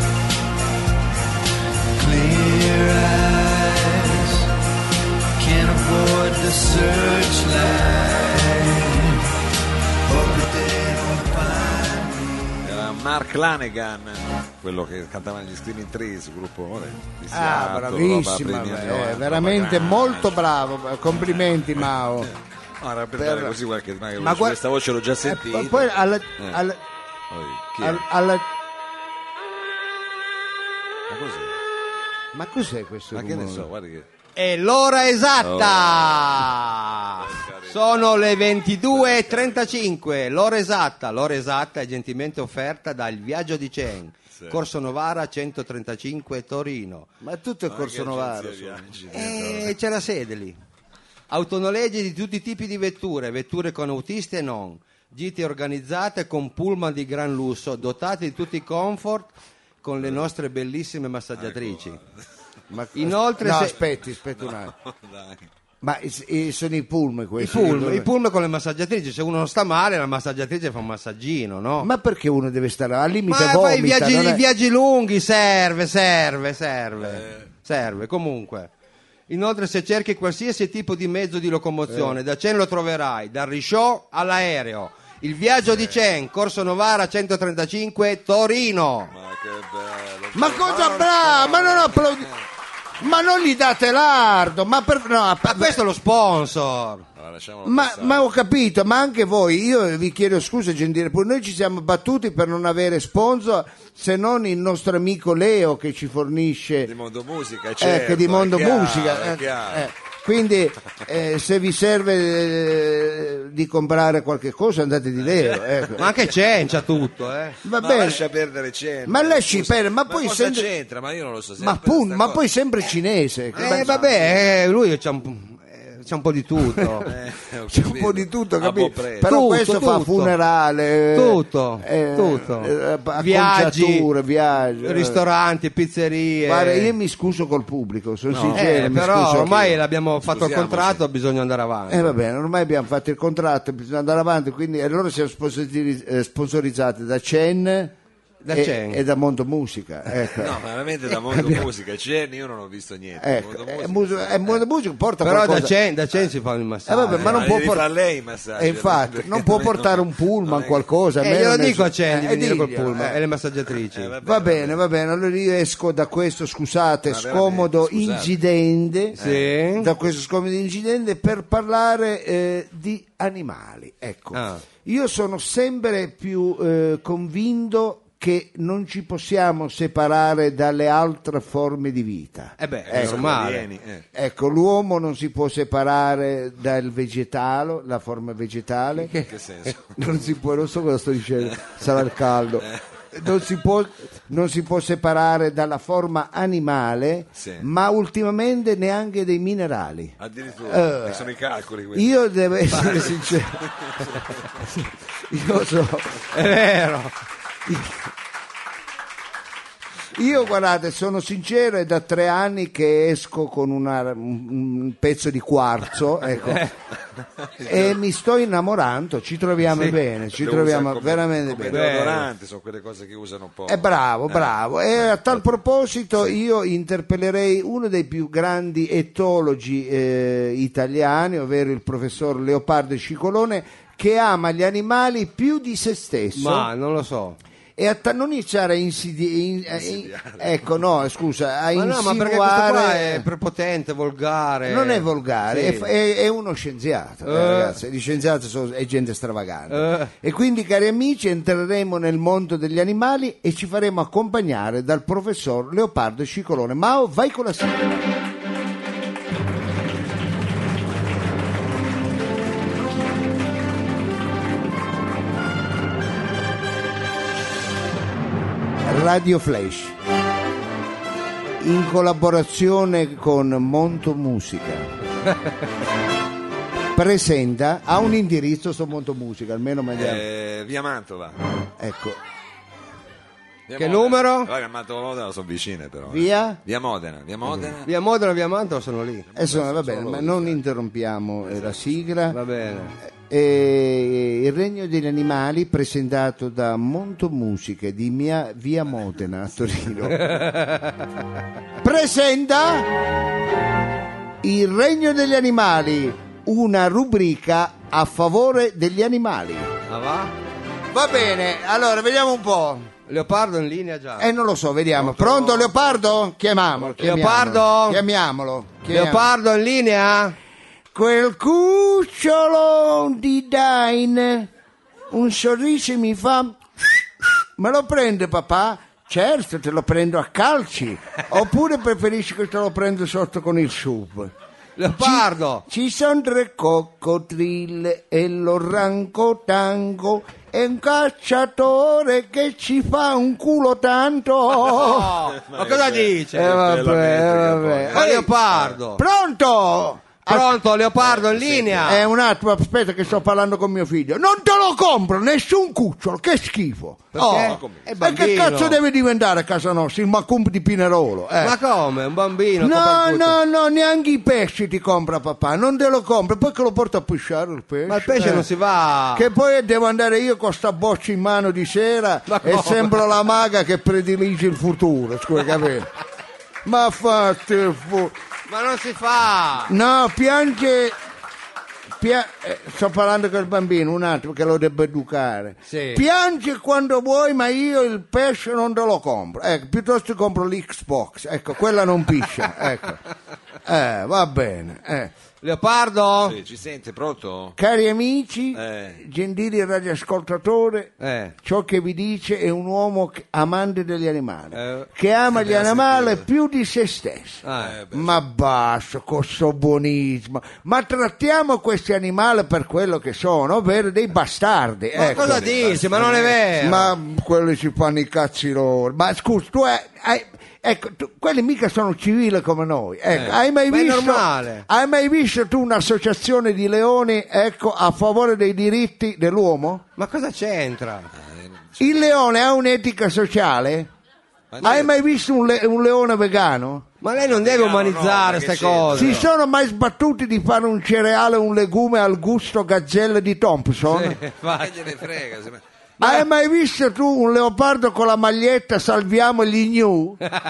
Clear eyes can't avoid the searchlight. Hope that they don't find me.
Era Mark Lanegan, quello che cantava negli Screaming Trees, gruppo ora, di
Ah,
Seattle,
bravissima,
roba primi anni
eh,
novanta,
veramente
roba
molto
grande.
bravo, complimenti Mao.
No, era per dare
Per-
così qualche, magari
Ma gua-
questa voce l'ho già
Eh,
sentita.
poi alla,
Eh.
alla-
Poi, chi è?
al- alla-
Ma cos'è?
ma cos'è questo
Ma che ne
rumore?
so, guarda che...
È l'ora esatta! Sono le ventidue e trentacinque, l'ora esatta. L'ora esatta è gentilmente offerta dal Viaggio di Chen, Corso Novara centotrentacinque Torino.
Ma tutto è Corso Novaro.
Agenzia
sono.
viaggi.
E c'è la sede lì. Autonoleggi di tutti i tipi di vetture, vetture con autisti e non, gite organizzate con pullman di gran lusso, dotati di tutti i comfort, con le nostre bellissime massaggiatrici.
Ma,
Inoltre
no,
se-
aspetti, aspetta un attimo.
Dai.
Ma i- i- sono i pullman
I
questi?
pullman, i pullman con le massaggiatrici, se uno non sta male la massaggiatrice fa un massaggino, no?
Ma perché uno deve stare al limite
Ma
vomita?
fai i viaggi,
non è-
i viaggi lunghi, serve, serve, serve, serve, comunque. Inoltre se cerchi qualsiasi tipo di mezzo di locomozione, da Chen lo troverai, dal risciò all'aereo. Il Viaggio di Chen, Corso Novara centotrentacinque Torino.
Ma che bello.
Ma cosa brava? Ma non applaudi... Ma non gli date l'ardo, ma per... no,
Ma questo è lo sponsor.
Allora, lasciamolo
Ma,
passare.
ma ho capito, ma anche voi, io vi chiedo scusa gentile, pure noi ci siamo battuti per non avere sponsor se non il nostro amico Leo che ci fornisce
Di Mondo Musica,
eh,
certo,
che di Mondo
è chiaro,
Musica.
è
eh,
chiaro.
eh. Quindi eh, se vi serve eh, di comprare qualche cosa andate di Leo. Ecco.
Ma anche Chen c'ha tutto, eh.
Va
Ma
bene.
lascia perdere Chen.
Ma lasci
Scusa,
perdere, ma poi
cosa
sempre-
c'entra? Ma io non lo so.
Ma,
sempre
appunto,
sta
ma
cosa.
poi sempre cinese.
Eh vabbè, eh, lui c'ha un, eh, c'ha un po' di tutto.
Eh, ho
C'è un
capito.
po' di tutto,
A
capito?
buon prezzo.
Però
Tutto,
questo fa
tutto.
funerale, eh,
Tutto,
eh,
tutto.
eh,
Viaggi,
acconciature, viaggi. eh.
Ristoranti, pizzerie.
Guarda, io mi scuso col pubblico, sono
No.
sincero.
Eh,
mi
però
scuso
ormai
anch'io.
l'abbiamo fatto il
Scusiamoci.
contratto, bisogna andare avanti.
Eh va bene, ormai abbiamo fatto il contratto, bisogna andare avanti, quindi allora siamo sponsori- eh, sponsorizzati da Chen,
Da
e,
Chen.
e da Mondo Musica. Ecco.
No, ma veramente da Mondo Musica. Chen io non ho visto niente.
Ecco,
Mondo
eh,
Musica.
mus- eh, Mondo Musica porta
Però da
qualcosa.
Chen, da Chen si fa il
Eh,
massaggio.
vabbè, ma non
Eh,
può
devi
por-
fare lei i massaggi.
E infatti, non può portare un pullman,
Non è-
qualcosa.
Eh,
a me
glielo
non è
dico a
su-
Chen di
eh,
venire col
diglielo,
pullman
eh.
e le massaggiatrici.
Eh, vabbè,
Va bene, va bene, allora io esco da questo, scusate,
Ma
scomodo
veramente, scusate.
incidente,
Sì.
da questo scomodo incidente per parlare eh, di animali. Ecco,
Ah.
io sono sempre più eh, convinto che non ci possiamo separare dalle altre forme di vita.
Eh beh, è
Ecco.
normale.
Vieni, eh.
Ecco, l'uomo non si può separare dal vegetale, la forma vegetale.
In che senso?
Non si può, non so cosa sto dicendo, sarà il caldo. Non si può, non si può separare dalla forma animale,
Sì.
ma ultimamente neanche dei minerali.
Addirittura.
Eh.
Sono i calcoli questi.
Io devo essere sincero. Io so.
È vero.
Io guardate, sono sincero, è da tre anni che esco con una- un, un pezzo di quarzo, ecco, e mi sto innamorando, ci troviamo
Sì.
bene, ci
Lo
troviamo
usa come-
veramente
come
bene.
deodorante, sono quelle cose che usano un po'.
È bravo, bravo. E a tal proposito io interpellerei uno dei più grandi etologi eh, italiani, ovvero il professor Leopardo Scicolone, che ama gli animali più di se stesso.
Ma non lo so.
E a ta- non iniziare a insidi- in- a- in- ecco no scusa a
Ma no, ma perché questo
insinuare
qua è prepotente, volgare.
non è volgare,
Sì.
è, è- è uno scienziato, eh,
Eh.
ragazzi, gli scienziati sono, è gente stravagante.
Eh.
E quindi, cari amici, entreremo nel mondo degli animali e ci faremo accompagnare dal professor Leopardo Scicolone. Mao, vai con la sigla. Radio Flash, in collaborazione con Monto Musica, presenta, ha un indirizzo su Monto Musica, almeno meglio.
Eh, via Mantova.
Ecco,
Via
Che
Modena.
numero?
Guarda che Mantova e Modena sono vicine però.
via.
Via Modena, via Modena.
Via Modena, via Mantova sono lì.
Insomma, va bene, ma non interrompiamo eh, la sigla.
Va bene.
eh, Il Regno degli Animali, presentato da Monto Musiche di mia, via Modena a Torino, presenta Il Regno degli Animali, una rubrica a favore degli animali.
Ah, va?
Va bene, allora vediamo un po'.
Leopardo in linea già.
Eh, non lo so, vediamo. Pronto Leopardo? Chiamiamolo. chiamiamolo.
Leopardo?
Chiamiamolo. chiamiamolo.
Leopardo in linea?
Quel cucciolo di Dain un sorriso mi fa. Me lo prende papà? Certo, te lo prendo a calci. Oppure preferisci che te lo prendo sotto con il sub?
Leopardo!
Ci, ci sono tre coccodrilli e l'orangotango e un cacciatore che ci fa un culo tanto.
Oh, ma cosa dice?
Eh, vabbè, vabbè.
Ma Leopardo!
Pronto?
Pronto, Leopardo in linea?
Eh, un attimo, aspetta che sto parlando con mio figlio. Non te lo compro, nessun cucciolo, che schifo.
Perché?
Oh,
È
e
bambino.
che cazzo deve diventare a casa nostra? Il Macumb di Pinerolo? Eh.
Ma come? Un bambino?
No,
compra tutto?
no, no, neanche i pesci ti compra papà, non te lo compra, poi che lo porta a pisciare il pesce.
Ma il pesce
eh.
non si va.
Che poi devo andare io con sta boccia in mano di sera
Ma
e
come?
sembro la maga che predilige il futuro, scusa, capito? Ma fate fu...
Ma non si fa.
No, piange... Pia... eh, sto parlando con il bambino, un attimo che lo devo educare.
Sì.
Piange quando vuoi, ma io il pesce non te lo compro. Ecco, piuttosto compro l'Xbox. Ecco, quella non piscia. Ecco. Eh, va bene. Eh.
Leopardo?
Sì, ci sente, pronto?
Cari amici,
Eh.
gentili radioascoltatori,
Eh.
ciò che vi dice è un uomo che- amante degli animali,
Eh.
che ama gli
Abbiamo
animali
sentito.
più di se stesso.
Ah,
Eh, beh,
Ma basta con sto buonismo, ma trattiamo questi animali per quello che sono, ovvero dei bastardi.
Ma
ecco.
cosa dici? Ma non è vero.
Ma quelli si fanno i cazzi loro. Ma scusa, tu hai, hai- ecco, tu- quelli mica sono civili come noi. Ecco,
Eh,
hai mai
ma è
visto?
normale.
Hai mai visto tu un'associazione di leoni, ecco, a favore dei diritti dell'uomo?
Ma cosa c'entra?
Il leone ha un'etica sociale?
Ma
Hai mai visto un, le- un leone vegano?
Ma lei non deve
no, no,
umanizzare
ma che
queste
c'entra?
cose.
Si sono mai sbattuti di fare un cereale o un legume al gusto gazzelle di Thompson?
Sì,
Ma
vai.
che gliene frega? se-
Hai mai visto tu un leopardo con la maglietta salviamo gli gnu?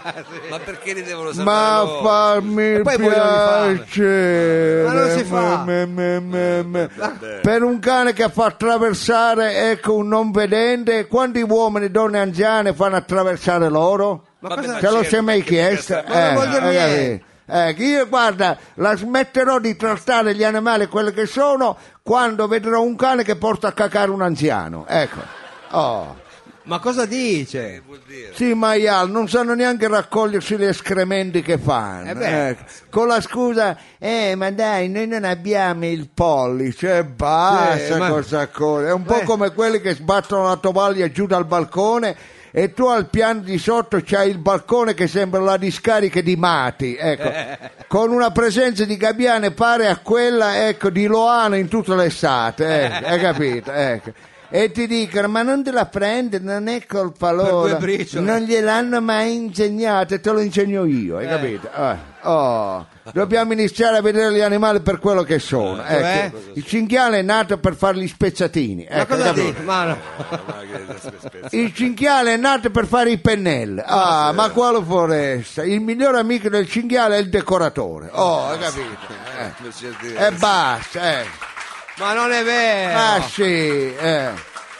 Ma perché li devono
Ma
salvare loro?
fammi
E poi vogliono rifarle.
piacere.
Ma non si fa.
Me, me, me, me. Per un cane che fa attraversare, ecco, un non vedente, quanti uomini, donne anziane fanno attraversare loro?
Ma
Vabbè,
cosa
ma
Te lo
certo,
sei mai
perché
chiesto?
mica
sta- Ma non voglio
hai
niente.
capito? Ecco, io guarda, la smetterò di trattare gli animali quelli che sono quando vedrò un cane che porta a cacare un anziano. Ecco. Oh.
Ma cosa dice?
Vuol dire?
Sì, maial, non sanno neanche raccogliersi gli escrementi che fanno.
Eh beh.
ecco. Con la scusa, eh, ma dai, noi non abbiamo il pollice, e basta
Sì, ma-
questa cosa. È un po'
Beh.
come quelli che sbattono la tovaglia giù dal balcone e tu al piano di sotto c'hai il balcone che sembra la discarica di Mati, ecco. Con una presenza di gabbiane pare a quella, ecco, di Loano in tutta l'estate, ecco, hai capito? Ecco. E ti dicono, ma non te la prendi, non è colpa loro,
due briciole.
non gliel'hanno mai insegnato e te lo insegno io, hai capito? Eh, oh, dobbiamo iniziare a vedere gli animali per quello che sono.
Cioè?
Ecco, il cinghiale è nato per fare gli spezzatini.
Ma
ecco,
cosa
capito?
dice? Ma no.
Ma che spezza-
Il cinghiale è nato per fare i pennelli. Ah, ma quale foresta? Il migliore amico del cinghiale è il decoratore. Oh, hai capito? Eh.
per certi
E
versi.
basta, eh.
Ma non è vero.
Ah sì, eh.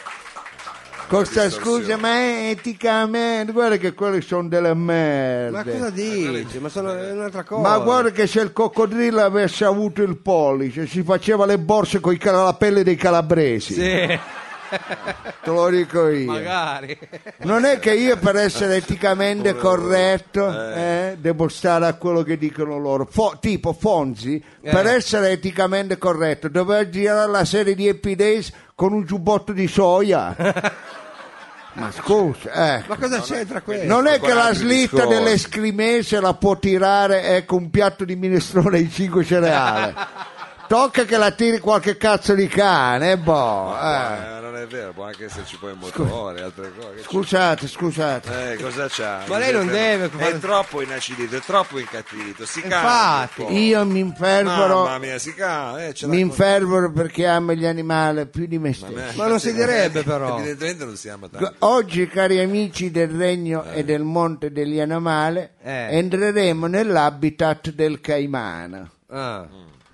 Questa
distorsione.
scusa, ma è eticamente, guarda che quelle sono delle merde.
Ma cosa dici? Ma sono è un'altra cosa.
Ma guarda che se il coccodrillo avesse avuto il pollice si faceva le borse con la pelle dei calabresi.
Sì,
Te lo dico io.
magari.
Non è che io per essere eticamente corretto eh, devo stare a quello che dicono loro. Fo- tipo Fonzi, per
Eh.
essere eticamente corretto doveva girare la serie di Happy Days con un giubbotto di soia. Ma scusa, eh.
Ma cosa c'entra questo?
Non è che la
altri
slitta
discorsi.
dell'escrimese la può tirare ecco un piatto di minestrone ai cinque cereali. tocca che la tiri qualche cazzo di cane, eh, boh. eh.
Eh, non è vero, può anche esserci poi il motore, altre cose. Che
Scusate, scusate.
c'è? Eh, cosa c'ha?
Ma lei non deve fare-
È troppo inacidito, è troppo incattivito. Si
Infatti.
cambia.
Io mi infervoro,
Mamma mia, si cambia. Eh, ce l'ha
mi
con-
infervoro perché amo gli animali più di me stesso.
Vabbè,
Ma non si direbbe, però.
Evidentemente non si ama tanto.
Oggi, cari amici del regno e del monte degli animali,
Eh.
entreremo nell'habitat del caimano.
Ah.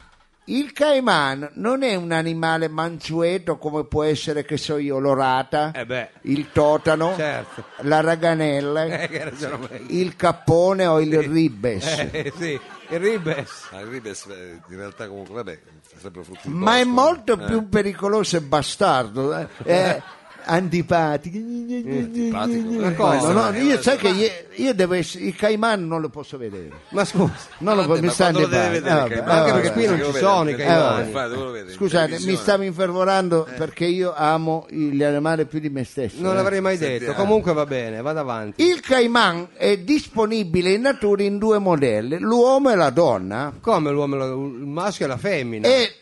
Il caiman non è un animale mansueto come può essere, che so io, l'orata,
Eh beh,
il totano,
certo.
la raganella,
Eh, che ragionamento.
il cappone o il ribbes.
Eh, sì, il ribes.
Ma il ribes eh, in realtà comunque, vabbè, sarebbero frutti di
Ma è
bosco.
molto
Eh.
più pericoloso e bastardo. eh. È antipatico.
Antipatico.
Ma
No,
cosa?
no, io sai che io, io devo essere, il caiman non lo posso vedere.
Ma scusa,
Non lo
Vabbè,
mi
ma
sta
quando lo deve
antipatico.
vedere
Eh,
il
vabbè,
caimano?
anche
eh,
perché qui non
Dove
ci
lo
sono
vede?
i
Eh,
caimani.
infatti, dove lo vede? In
Scusate, mi
televisione.
stavo infervorando perché io amo gli animali più di me stesso.
Non
eh.
l'avrei mai detto.
Sentiamo.
Comunque va bene, vada avanti.
Il caiman è disponibile in natura in due modelli, l'uomo e la donna.
Come l'uomo, il maschio e la femmina?
E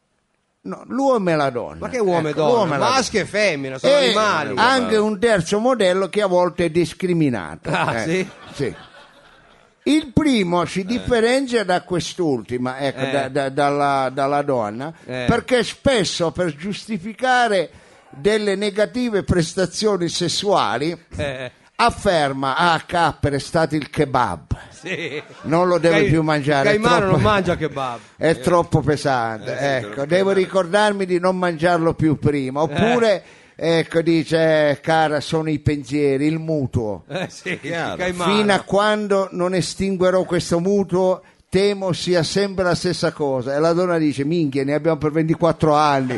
no, l'uomo e la donna.
Ma che uomo e
Ecco,
donna?
l'uomo e la
Maschio e femmina, sono
E
animali.
anche un terzo modello che a volte è discriminato.
Ah,
Eh,
sì?
sì. Il primo si differenzia da quest'ultima, ecco,
Eh.
da- da- dalla, dalla donna,
Eh.
perché spesso per giustificare delle negative prestazioni sessuali
Eh,
afferma: ah, cappere, è stato il kebab,
sì.
non lo deve
Cai-
più mangiare, è
Caimano
troppo-
non mangia kebab.
è troppo pesante,
Eh, sì,
ecco,
però-
devo ricordarmi di non mangiarlo più prima, oppure ecco, dice: eh, cara, sono i pensieri, il mutuo,
Eh sì,
Chiaro.
caimano.
fino a quando non estinguerò questo mutuo temo sia sempre la stessa cosa. E la donna dice: minchia, ne abbiamo per ventiquattro anni.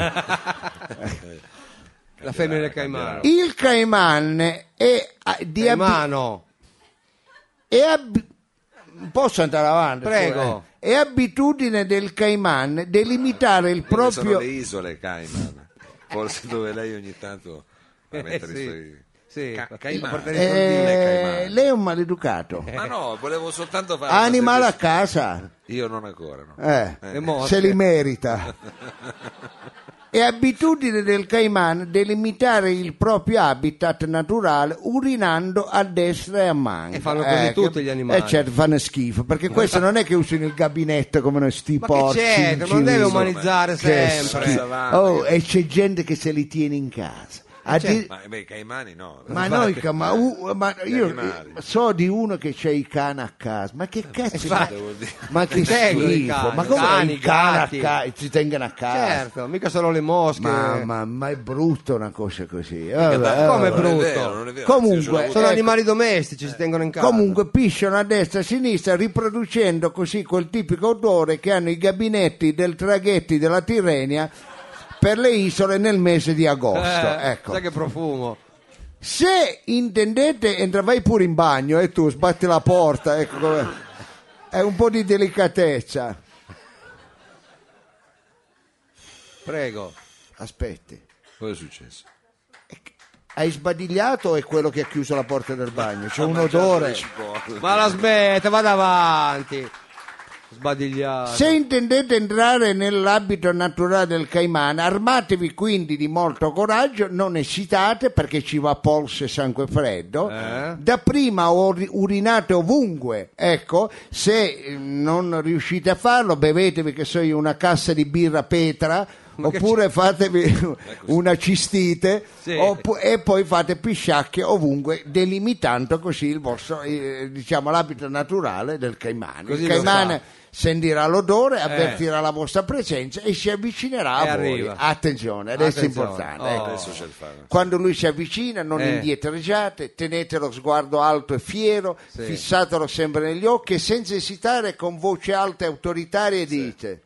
La femmina del caimano.
Il caiman è ah, di abi-
Caimano.
è abi- posso andare avanti?
Prego.
Eh? È abitudine del caiman delimitare il
Quelle sono
proprio
le isole Cayman, forse dove lei ogni tanto va a
Eh,
mettere
sì.
i suoi...
Sì,
Ca-
a
Caimano.
portare i soldini.
Eh,
Caiman.
lei è un maleducato.
Ma no, volevo soltanto fare...
Animale a
una semplice-
casa,
Io non ancora, no.
eh,
Le mosche.
se li merita. È abitudine del caiman delimitare il proprio habitat naturale urinando a destra e a manca.
E fanno così tutti gli animali.
Eh certo, fanno schifo, perché questo non è che usino il gabinetto come noi sti
Ma che
porci
c'entra? Non deve
incivili.
umanizzare
Che
sempre.
schifo.
Savante.
Oh, e c'è gente che se li tiene in casa. Addi-
Ma beh, i caimani no.
ma noi, ca- ma, uh, ma io
animali.
so di uno che c'ha i cani a casa, ma che cazzo, ma,
Devo dire.
ma che
Tengono i
schifo,
cani,
ma come
cani,
i cani a
gatti.
casa, si tengono a casa?
Certo, mica solo le mosche.
Ma, ma, ma è brutto una cosa così. Vabbè, vabbè.
Come
Non è
brutto?
vero, non è vero.
Comunque,
Anzi, io ce l'ho avuto-
Sono
ecco.
animali domestici, si tengono in casa.
Comunque pisciano a destra e a sinistra riproducendo così quel tipico odore che hanno i gabinetti del traghetti della Tirrenia per le isole nel mese di agosto.
Eh,
Ecco.
sai che profumo.
Se intendete, entra, vai pure in bagno e tu sbatti la porta, ecco com'è. È un po' di delicatezza.
Prego.
Aspetti,
Cosa è successo?
hai sbadigliato o è quello che ha chiuso la porta del bagno? C'è un
Mangiato
odore.
le cipolle.
Ma la smetta, vada avanti. Sbadigliato.
Se intendete entrare nell'abito naturale del caimano, armatevi quindi di molto coraggio, non esitate perché ci va polso e sangue freddo.
Eh?
Dapprima ur- urinate ovunque, ecco, se eh, non riuscite a farlo, bevetevi che so io una cassa di birra Petra.
Ma che
Oppure fatevi una cistite
Sì.
oppu- e poi fate pisciacche ovunque, delimitando così il vostro, eh, diciamo, l'abito naturale del caimano.
Così
Il
lo
caimano
fa.
sentirà l'odore, avvertirà la vostra presenza e si avvicinerà
E
a voi.
arriva.
Attenzione, adesso è
Attenzione.
importante.
Oh.
ecco.
Adesso c'è il fare.
Quando lui si avvicina non
Eh.
indietreggiate, tenete lo sguardo alto e fiero,
Sì.
fissatelo sempre negli occhi e senza esitare con voce alta e autoritaria dite: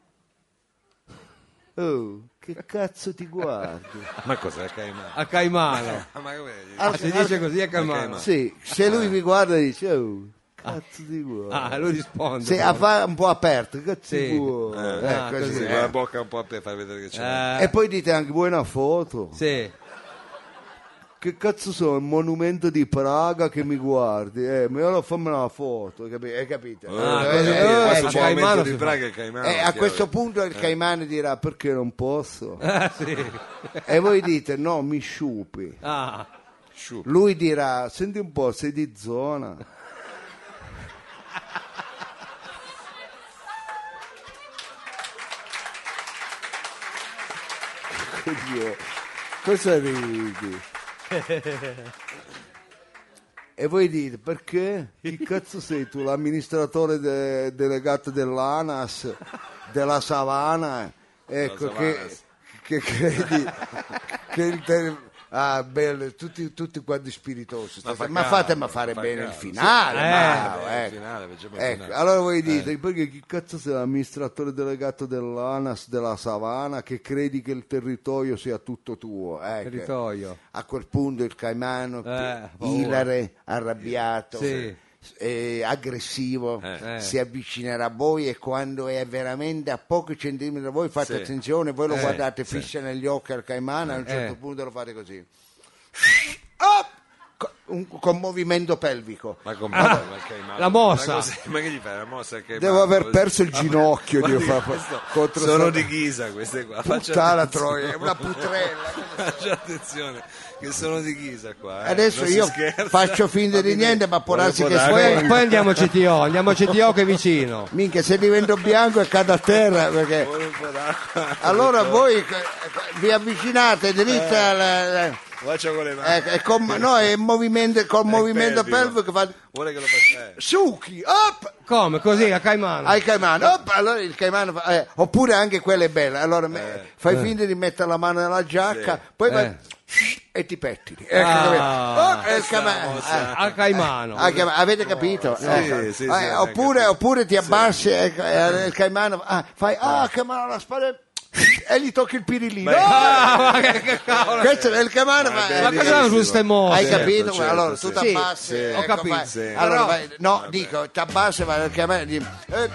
oh, che cazzo ti guardi?
Ma cos'è Caimano?
A Caimano.
Ma come?
Ah, si dice così a Caimano.
Caimano.
Sì, se lui vi guarda dice: oh, cazzo ti guardi?
Ah, lui risponde.
Se a fa un po' aperto, che
Sì.
ti vuoi?
Eh,
Eh,
ah,
così,
così.
Sì,
eh.
con la bocca un po' per far vedere che c'è.
Eh,
E poi dite anche: vuoi una foto?
sì.
Che che cazzo sono? Il monumento di Praga che mi guardi? Eh, ma allora fammi una foto, hai capito? Hai capito?
Ah,
Eh,
così,
eh,
eh,
eh,
questo
cioè,
momento
Caimano
di
si fa.
Praga è Caimano,
eh, a
chiaro.
questo punto il Caimano dirà perché non posso?
Ah, sì.
E voi dite no, mi sciupi.
Ah.
Lui dirà senti un po', sei di zona. Oddio, cosa ridi? E voi dite perché? Chi cazzo sei tu? L'amministratore de- delegato dell'ANAS, della Savana? Ecco, che,
Savanas.
che credi che il te- ah, bello, tutti, tutti quanti spiritosi.
Ma
stasera.
fa
Ma
calma,
fatemi fare
fa
bene
calma.
il finale.
Eh,
Mauro,
beh, il
ecco.
finale, facciamo il
Ecco,
finale.
allora voi dite perché chi cazzo sei l'amministratore delegato dell'ANAS della Savana che credi che il territorio sia tutto tuo? Ecco.
Territorio.
A quel punto il Caimano,
Eh,
ilare, arrabbiato,
Sì.
eh, aggressivo,
Eh.
si avvicinerà a voi e quando è veramente a pochi centimetri da voi fate
Sì.
attenzione, voi lo
Eh,
guardate fisso negli occhi al Caimano e a un certo
Eh.
punto lo fate così. Up! Co- un- con movimento pelvico.
Ma con ma il Caimano.
la mossa.
Ma, cos'è? Ma che gli fai? La mossa che
Devo aver perso il ginocchio di far contro
sono
sta-
di ghisa queste qua. Faccia
Puttana
attenzione.
troia, è una putrella.
Faccia attenzione che sono di ghisa qua. eh.
Adesso
Non si
io
scherza.
faccio finta di
Quindi
niente, ma può
vuole
darsi che
podare.
poi-
Poi, poi andiamo a C T O, andiamo a C T O che è vicino.
Minchia, se divento bianco e cado a terra perché
Vuole un po' d'acqua.
allora voi eh, vi avvicinate dritta alla-
Faccia con le mani.
eh, eh, con, no, è movimento, col movimento
pelvico.
pelvico fa
Vuole che lo faccia. eh.
succhi, up,
Come? Così a Caimano?
ai Caimano, up, allora il Caimano fa, eh, oppure anche quella è bella, allora me- fai finta di mettere la mano nella giacca,
Sì.
poi vai
Eh.
e ti pettini. Ecco,
Ah.
capito? Up, e il Caimano,
mossa.
eh.
A Caimano.
Ah, chiama- avete capito? Ecco.
sì, sì,
Eh,
ho
oppure,
capito.
oppure ti abbassi ecco, e il Caimano ah, fai ah Caimano la spalla e gli tocchi il pirillino.
Ah, ma che, che cavolo.
Questo è il Caimano, ma,
Ma
eh,
Ma cosa sono queste mosse?
hai capito?
certo,
allora
sì.
tu
Sì,
t'abbassi,
sì,
ecco,
ho capito,
fai-
sì.
allora
Però-
vai- no, dico, ti abbassi, ma il Caimano dici, eh,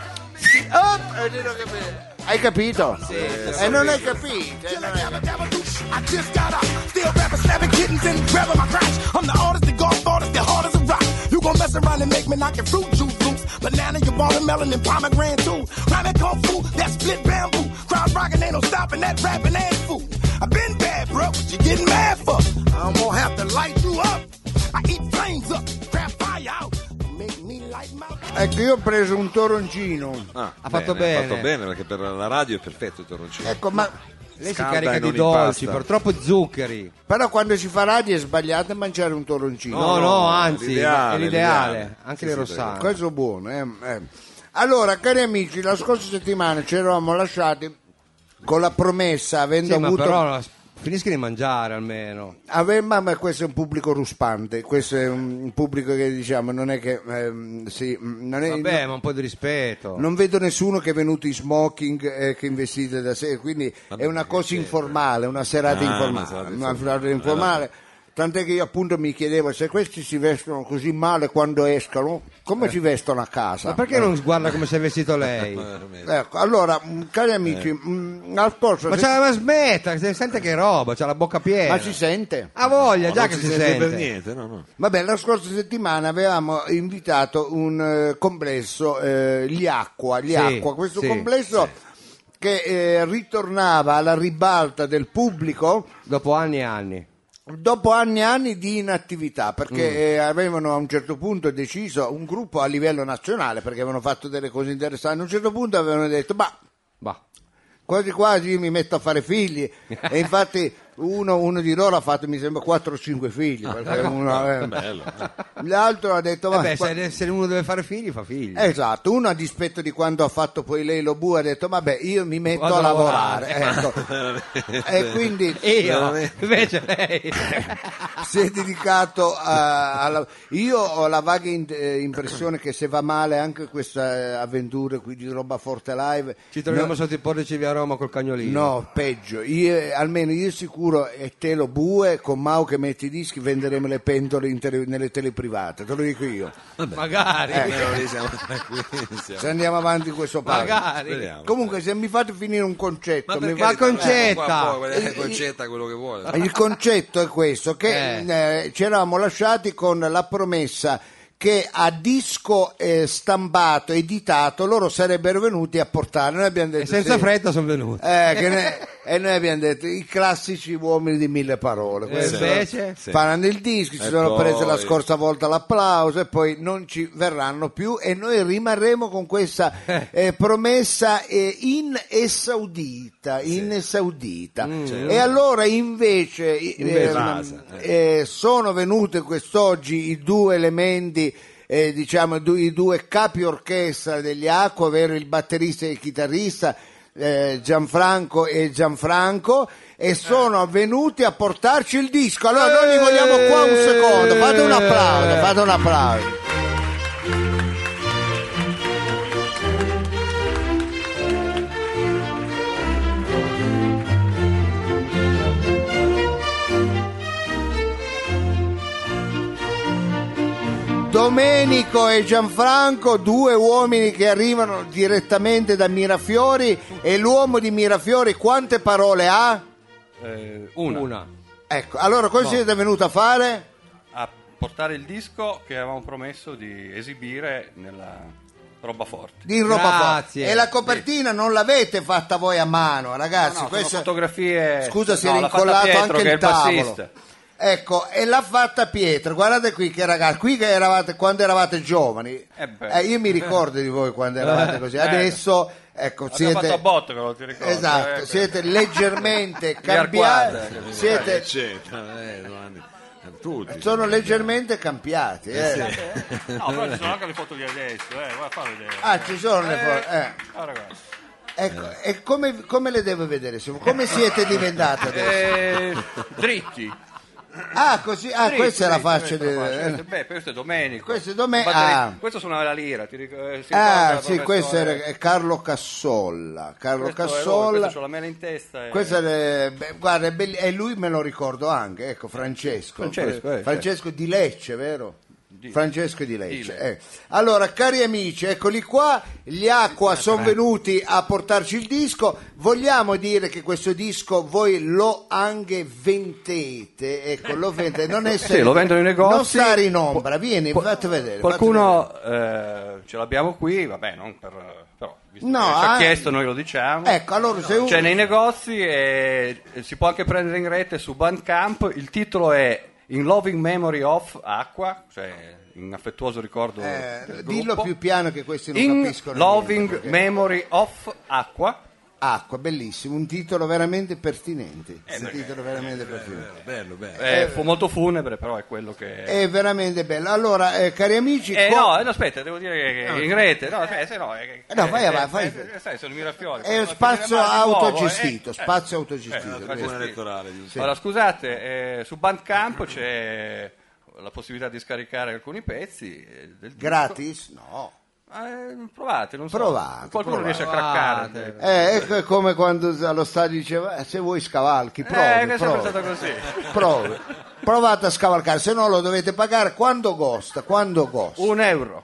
up, e dico che- hai capito? E non hai capito, eh, non hai capito.
I just got up, still rapping, slapping kittens and grabbing my crotch. I'm the artist, the golf artist, the hard as a rock. You gon' mess around and make me knock your fruit juice loose. Banana, your watermelon, and pomegranate too. Rhyming kung fu, that split bamboo. Crowd rocking, ain't no stopping that rapping ass fool. I've been bad, bro, what you getting mad for? I'm gonna have to light you up. I eat flames up, crap fire out. Make me light my...
Ecco, io ho preso un toroncino.
Ah,
Ha fatto bene.
Ha fatto bene perché per la radio è perfetto il toroncino.
Ecco, ma
Lei si
Scalda
carica
e non
di dolci,
impasta.
per troppo zuccheri.
però quando si fa radio è sbagliato mangiare un toroncino.
No, no,
no,
anzi,
l'ideale,
è l'ideale.
l'ideale.
Anche
Sì,
le
sì,
rossane.
Questo è buono, eh, eh. Allora, cari amici, la scorsa settimana ci eravamo lasciati con la promessa, avendo
Sì, ma
avuto.
però finisca di mangiare almeno.
ave- ma, ma questo è un pubblico ruspante, questo è un, un pubblico che diciamo non è che. ehm, sì, non, è,
Vabbè,
no-
ma un po' di rispetto.
non vedo nessuno che è venuto in smoking e che in vestite da sé, quindi è una cosa informale, una serata
Ah, una
informale.
serata
Una
informale.
serata informale. Tant'è che io appunto mi chiedevo se questi si vestono così male quando escono, come si vestono a casa?
Ma perché non guarda come si è vestito lei?
Ecco, allora, mh, cari amici, mh, al posto
Ma,
se-
c'ha, ma smetta, si sente che roba, c'ha la bocca piena.
ma si sente?
Ha voglia, già
non
che
si
si
sente
sente.
per niente, no, no.
Vabbè, la scorsa settimana avevamo invitato un eh, complesso, eh, gli Acqua, gli
Sì,
Acqua, questo
sì,
complesso che eh, ritornava alla ribalta del pubblico
Dopo anni e anni.
dopo anni e anni di inattività, perché
Mm.
eh, avevano a un certo punto deciso un gruppo a livello nazionale, perché avevano fatto delle cose interessanti, a un certo punto avevano detto, ma
Bah.
quasi quasi io mi metto a fare figli e infatti uno, uno di loro ha fatto mi sembra quattro o cinque figli perché uno, eh,
Bello.
l'altro ha detto ma
Vabbè,
qua-
se, se uno deve fare figli, fa figli.
esatto, uno a dispetto di quanto ha fatto poi lei lo bu ha detto vabbè io mi metto
Vado
a
a
lavorare,
lavorare.
ecco. E quindi
E io,
Veramente.
invece lei.
si è dedicato a, alla... io ho la vaga in- eh, impressione che se va male anche questa eh, avventura qui di Roba Forte Live
Ci troviamo
no,
sotto i portici via Roma col cagnolino.
no, peggio io, almeno io sicuro sicuro è telo bue, con Mau che metti i dischi venderemo le pentole in tele- nelle tele private, te lo dico io.
Magari.
Almeno lì siamo tranquilli, siamo-
Se andiamo avanti in questo passo.
Magari.
Speriamo.
Comunque se mi fate finire un concetto,
per
mi
carità,
fa-
concetta.
qua poi, eh, concetta quello che vuole.
il concetto è questo, che
Eh.
eh, ci eravamo lasciati con la promessa che a disco eh, stampato, editato, loro sarebbero venuti a portare. Noi abbiamo detto
E senza
sì.
fretta sono venuti.
Eh, che ne- e noi abbiamo detto i classici uomini di mille parole.
E
Questo-
invece?
Sì.
faranno il disco, ci
E
sono
poi-
prese la scorsa volta l'applauso e poi non ci verranno più e noi rimarremo con questa eh, promessa eh, inesaudita, inesaudita. E allora invece eh,
Invasa,
eh, sono venute quest'oggi i due elementi, eh, diciamo i due- i due capi orchestra degli Acqua, ovvero il batterista e il chitarrista eh, Gianfranco e Gianfranco, e sono venuti a portarci il disco. Allora noi li vogliamo qua un secondo, fate un applauso, fate un applauso. Domenico e Gianfranco, due uomini che arrivano direttamente da Mirafiori, e l'uomo di Mirafiori quante parole ha?
Eh, una.
Una.
Ecco, allora cosa siete venuti a fare?
A portare il disco che avevamo promesso di esibire nella roba forte.
Di roba
Grazie.
forte. E la copertina non l'avete fatta voi a mano, ragazzi.
No, no,
questa-
sono fotografie.
Scusa, si
no,
era
l'ha fatta
incollato
Pietro,
anche
che è
il
il
tavolo.
bassista.
Ecco, e l'ha fatta Pietro. Guardate qui che ragazzi, qui che eravate quando eravate giovani.
Eh beh.
Eh, io mi ricordo di voi quando eravate così. Adesso, ecco,
Abbiamo
siete
fatto a botto, che lo ti ricordo.
esatto,
eh,
siete leggermente
Vi arquate,
cambiati.
eh,
Siete
Eccetera, eh, Giovanni. Eh, tutti.
sono leggermente cambiati, eh.
No, però ci sono anche le foto di adesso, eh, vai a far vedere.
Ah, ci sono le foto. eh.
Ah, ragazzi.
Ecco, e come, come le devo vedere? Come siete diventate adesso?
Eh, dritti.
Ah, così, ah,
Dritti,
questa è la
dritti,
faccia
questa è la
di...
faccia. Questo, beh, questo è Domenico.
Questo è Dome-
Batterista.
ah.
Questo suonava la lira, ti ric- eh, si
Ah,
ricorda,
sì, questo
professore?
è Carlo Cassolla. Carlo
Questo è lui,
Cassolla.
questo c'ho la mela in testa. e-
Questo è, beh, guarda, è belli- e lui me lo ricordo anche, ecco, Francesco.
Francesco, eh,
Francesco di Lecce, vero?
Di-
Francesco di
Di
Lecce.
Lecce.
eh. Allora, cari amici, eccoli qua, gli Acqua sono venuti a portarci il disco. Vogliamo dire che questo disco voi lo anche vendete, ecco, lo vendete, non essere,
Sì, lo vendono i negozi.
non stare in ombra, vieni, fate vedere. fate
Qualcuno eh, ce l'abbiamo qui, vabbè, non per... però, visto
No,
che ci ha
ah,
chiesto, noi lo diciamo.
Ecco, allora se uno...
C'è nei negozi e e si può anche prendere in rete su Bandcamp. Il titolo è In Loving Memory of Acqua, cioè in affettuoso ricordo
Eh,
del
dillo
gruppo.
più piano che questi non
In
capiscono
Loving
niente, perché-
Memory of Acqua.
Acqua, bellissimo, un titolo veramente pertinente.
Eh,
un titolo veramente pertinente.
Bello, bello.
Eh, fu molto funebre, però è quello che...
È veramente bello. Allora, eh, cari amici,
Eh,
co-
no, eh, no, aspetta, devo dire che in rete, no, eh, se no, eh,
Eh, no, vai
eh,
avanti, fai-
eh, sai, sono i Mirafiori.
è
non
spazio
si vede mai di nuovo,
autogestito,
eh, eh,
spazio
eh,
autogestito.
eh,
Come
autogestito.
elettorale di
Allora, scusate, eh, su Bandcamp c'è la possibilità di scaricare alcuni pezzi eh, del disco.
Gratis? No.
Eh, provate, non so.
Provate,
Qualcuno
provate.
riesce a craccare.
Eh, ecco, è come quando allo stadio diceva eh, se vuoi scavalchi, provi,
Eh, che è sempre
provi,
stato così.
provi. Provate a scavalcare, se no lo dovete pagare quando costa, quando costa.
Un euro.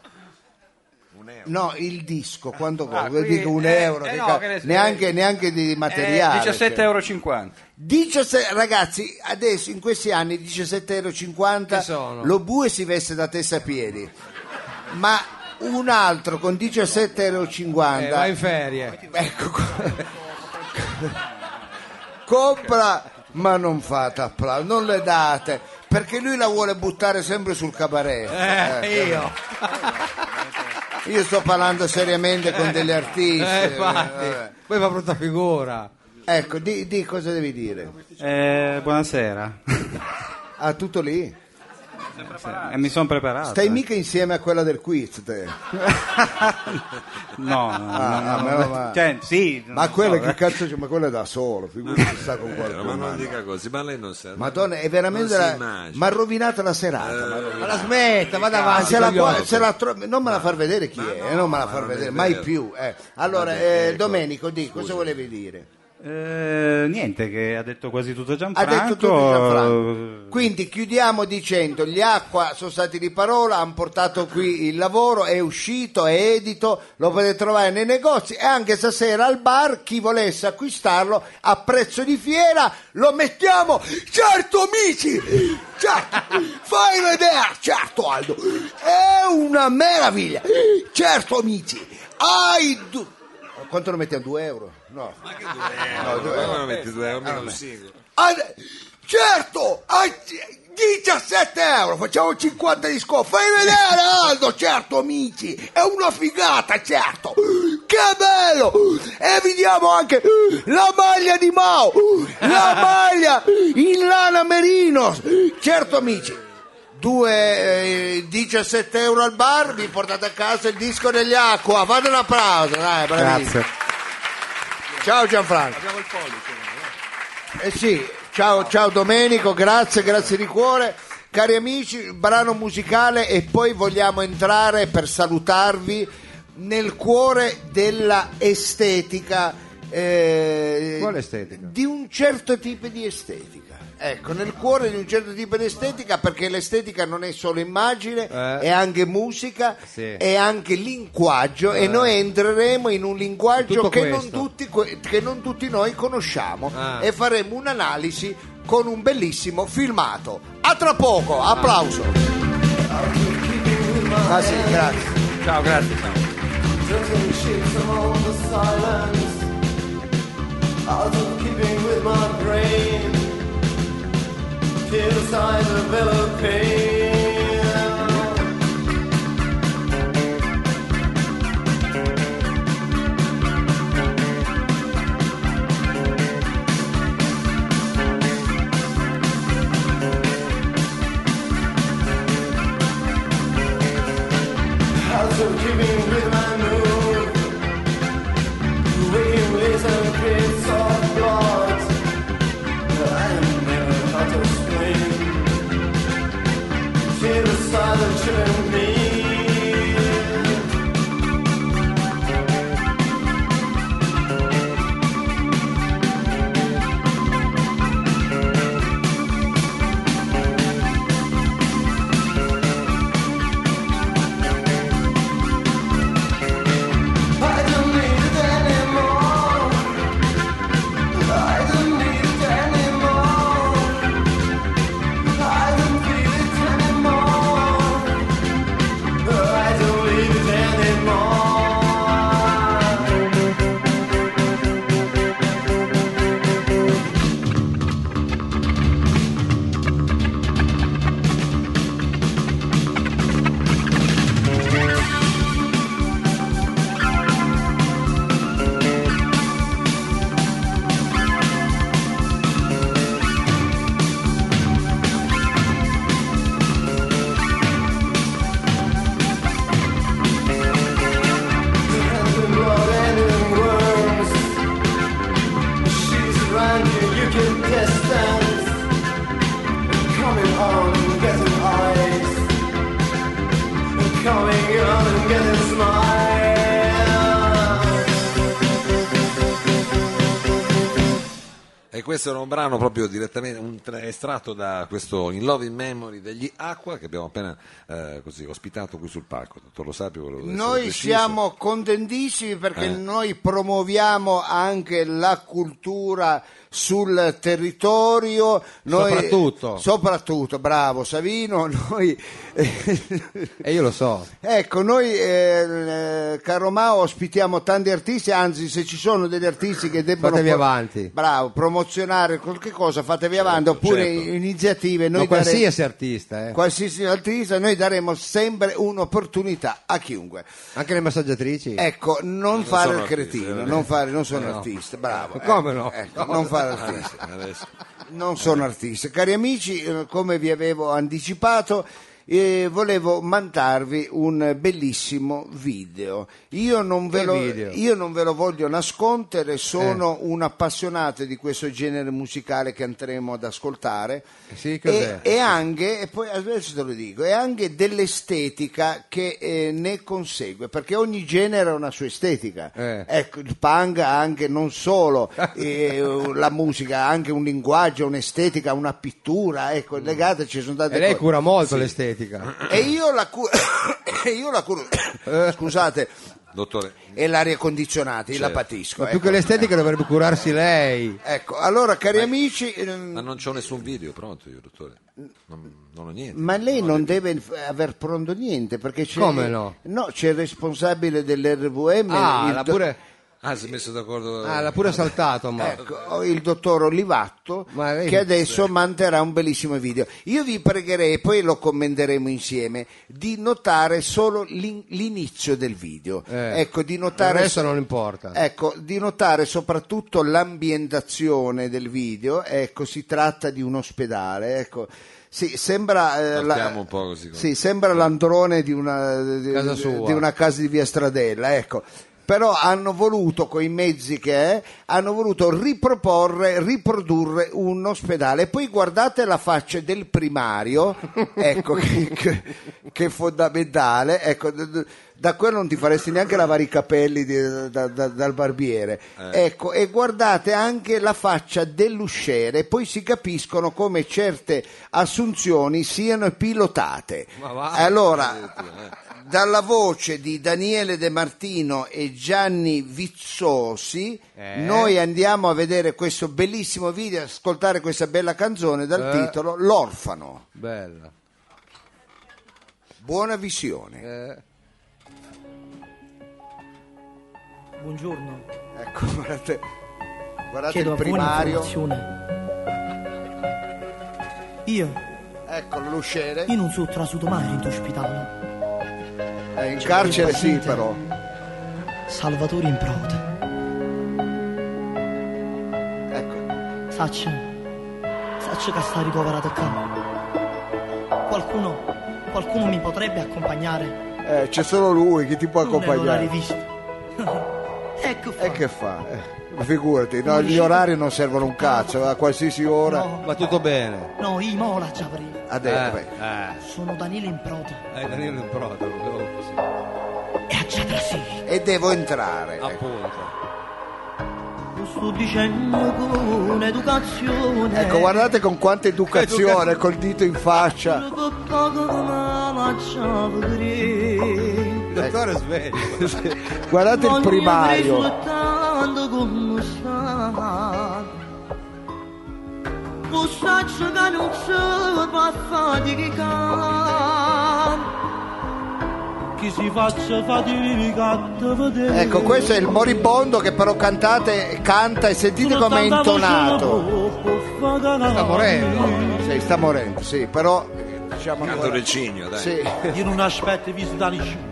No, il disco, quando
Ah,
costa?
qui-
Dico un
eh,
euro,
eh,
che
no,
ca-
che ne so,
neanche,
eh,
neanche di materiale.
Eh, diciassette euro e cinquanta.
diciassette ragazzi, adesso in questi anni diciassette euro e cinquanta
Che sono?
lo bue si veste da testa a piedi, ma un altro con diciassette euro e
Eh,
cinquanta
va in ferie.
ecco qua. Compra, ma non fate applauso, non le date, perché lui la vuole buttare sempre sul cabaret.
Eh, io.
Io sto parlando seriamente con degli artisti.
Eh, infatti.
eh,
Poi fa brutta figura.
ecco, di, di cosa devi dire?
Eh, buonasera.
Ah, tutto lì?
Eh, mi sono preparato.
Stai
eh.
mica insieme a quella del quiz, te.
No, no,
Ah,
no, no,
meno
no.
male.
Cioè, sì,
Ma
non
quella
so,
che
eh.
cazzo c'è? Ma quella è da solo, figurati se sta con
Eh,
qualcuno.
ma non dica così, ma lei non sa.
Madonna, è veramente
Non si
la...
immagina.
ma ha rovinato la serata. m'ha rovinato.
Ma la smetta, vada
Ah,
avanti.
se la,
con gli
può-
occhi.
se la tro- non me la far vedere chi
Ma
è,
no,
non me la
ma
far
non è
vedere mai
vero.
più. eh. Allora,
Vabbè,
eh,
ecco.
Domenico, di cosa volevi dire?
Eh, niente, che ha detto quasi tutto
Ha
Gianfranco.
detto tutto Gianfranco. Quindi chiudiamo dicendo: gli Acqua sono stati di parola, hanno portato qui il lavoro, è uscito, è edito, lo potete trovare nei negozi e anche stasera al bar. Chi volesse acquistarlo a prezzo di fiera lo mettiamo. Certo amici, certo, fai vedere, certo Aldo, è una meraviglia. Certo amici, hai du- quanto lo mettiamo? due euro? No.
Ma che due euro? No, due euro. metti due euro meno un singolo.
Ah, certo, hai diciassette euro, facciamo cinquanta di sconto. Fai vedere Aldo, certo amici, è una figata, certo. Che bello! E vediamo anche la maglia di Mao, la maglia in lana merino. Certo amici, due, eh, diciassette euro al bar, vi portate a casa il disco degli Acqua. Fate un applauso, dai, bravissimo.
Grazie.
Ciao Gianfranco.
Abbiamo il pollice.
Eh sì, ciao, ciao Domenico, grazie, grazie di cuore. Cari amici, brano musicale e poi vogliamo entrare per salutarvi nel cuore della estetica. Eh,
Quale estetica?
Di un certo tipo di estetica. Ecco, nel cuore di un certo tipo di estetica, perché l'estetica non è solo immagine,
Eh.
è anche musica,
Sì.
è anche linguaggio e noi entreremo in un linguaggio
Tutto
che non,
questo.
tutti, que- che non tutti noi conosciamo
Ah.
e faremo un'analisi con un bellissimo filmato. A tra poco, applauso. Ah sì, grazie.
Ciao, grazie. Ciao.
Out of keeping with my brain, till signs of bellow pain. Out of keeping with my mood, waking with a great soft blood. I am never how to swing. Till the silence turn me. I don't need it anymore. I don't need it anymore. I don't feel it anymore. I don't need it anymore. And blood and in worms. She's around you, you can distance. Coming on and getting eyes. Coming on and getting smiles.
E questo era un brano proprio direttamente un tra- estratto da questo In Love in Memory degli Acqua che abbiamo appena eh, così ospitato qui sul palco. Dottor Lo Sapio, volevo essere
Noi
preciso.
siamo contentissimi perché
Eh.
noi promuoviamo anche la cultura sul territorio. Noi,
Soprattutto.
Soprattutto, bravo Savino. Noi,
E io lo so.
ecco, noi eh, eh, caro Mao ospitiamo tanti artisti, anzi se ci sono degli artisti che debbono
Fatevi
pro-
avanti.
bravo, promozionare qualche cosa, fatevi avanti, oppure
certo.
iniziative. Noi
Ma
dare-
qualsiasi artista, eh.
qualsiasi artista, noi daremo sempre un'opportunità a chiunque.
Anche le massaggiatrici.
Ecco, non, fare
sono
il cretino,
artisti, eh.
non, fare, non sono
Eh, no.
artista, bravo.
Come
eh,
no?
ecco, non fare artista.
Adesso.
Non sono artista. Cari amici, eh, come vi avevo anticipato, eh, volevo mandarvi un bellissimo video. Io non ve
Che
lo,
video?
io non ve lo voglio nascondere, sono un appassionato di questo genere musicale che andremo ad ascoltare.
Sì,
e,
cos'è?
e anche, e poi adesso te lo dico, e anche dell'estetica che eh, ne consegue, perché ogni genere ha una sua estetica.
Eh.
Ecco, il punk ha anche non solo eh, la musica, ha anche un linguaggio, un'estetica, una pittura, ecco, legate ci sono tante
E lei
cose.
cura molto l'estetica.
E io la curo, e io la curo, scusate,
Dottore,
e l'aria condizionata, io la
Certo.
patisco.
Ma più
ecco.
che l'estetica dovrebbe curarsi lei.
Ecco, allora cari amici, ehm,
ma non c'ho nessun video pronto io, dottore. Non, non ho niente.
ma lei non deve f- aver pronto niente, perché c'è,
Come no?
no, c'è il responsabile dell'R V M,
Ah,
il,
l'ha
do-
pure,
Ah, si è messo d'accordo.
ah, l'ha pure saltato, ma...
ecco, il dottor Olivatto,
Ma lei-
che adesso manderà un bellissimo video. Io vi pregherei, poi lo commenteremo insieme, di notare solo l'in- l'inizio del video.
Eh,
ecco, di
il
notare
resto non importa.
Ecco, di notare soprattutto l'ambientazione del video. Ecco, si tratta di un ospedale, ecco. Sì, sembra eh, la-
Partiamo un po' così.
sì, sembra l'androne di una, di,
Casa sua.
di una casa di via Stradella, ecco. Però hanno voluto, con i mezzi che è, hanno voluto riproporre, riprodurre un ospedale. E poi guardate la faccia del primario, ecco, che, che- che è fondamentale, ecco, d- d- da quello non ti faresti neanche lavare i capelli di- da- da- dal barbiere, ecco, e guardate anche la faccia dell'usciere, e poi si capiscono come certe assunzioni siano pilotate.
Ma va.
Allora, dalla voce di Daniele De Martino e Gianni Vizzosi,
Eh.
noi andiamo a vedere questo bellissimo video, ascoltare questa bella canzone dal
Eh.
titolo L'orfano.
Bella.
Buona visione.
Eh,
Buongiorno,
Ecco, guardate, guardate
chiedo
il
a voi
primario.
un'informazione. Io,
Ecco l'usciere.
io non sono trasuto mai in ospedale.
È in
C'è
carcere
il
sì,
paziente
però.
Salvatore in prota.
Ecco.
Saccia, saccia che sta ricoverato qua. Qualcuno, qualcuno mi potrebbe accompagnare?
Eh, c'è solo lui che ti può
Non è l'ora
accompagnare.
rivista. Ecco fa.
E che fa? Eh, ma figurati, no, gli orari non servono un cazzo, a qualsiasi ora.
No,
va tutto bene.
no, io mo la già prima.
Adesso,
Eh,
beh.
eh,
Sono Daniele in prota.
eh, Danilo in prota, lo devo- sì,
E a già trasì.
E devo entrare. ecco.
appunto.
Lo sto dicendo con educazione.
Ecco, guardate con quanta educazione, col dito in faccia.
Per poco come la facciamo credere.
Il dottore è sveglio.
Guardate il
Voglio
primario.
soltanto come sta. Lo saccio che non si può faticare. Chi si faccia fatica a vedere.
Ecco, questo è il moribondo che però cantate, canta e sentite come è intonato.
Sta morendo.
Sì, sta morendo, sì, però eh, diciamo
Canto
ancora-
del cigno, dai.
Sì.
Io non aspetto visita nessuno.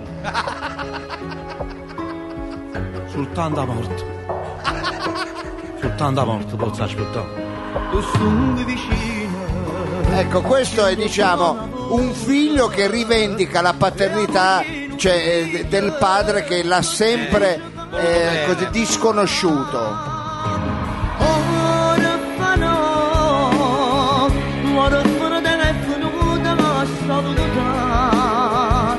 Soltanto a morte. Soltanto a morte posso aspettare. Tu sono vicino.
Ecco, questo è diciamo un figlio che rivendica la paternità, cioè, eh, del padre che l'ha sempre eh, così disconosciuto.
Orfano, orfano telefono da salutare.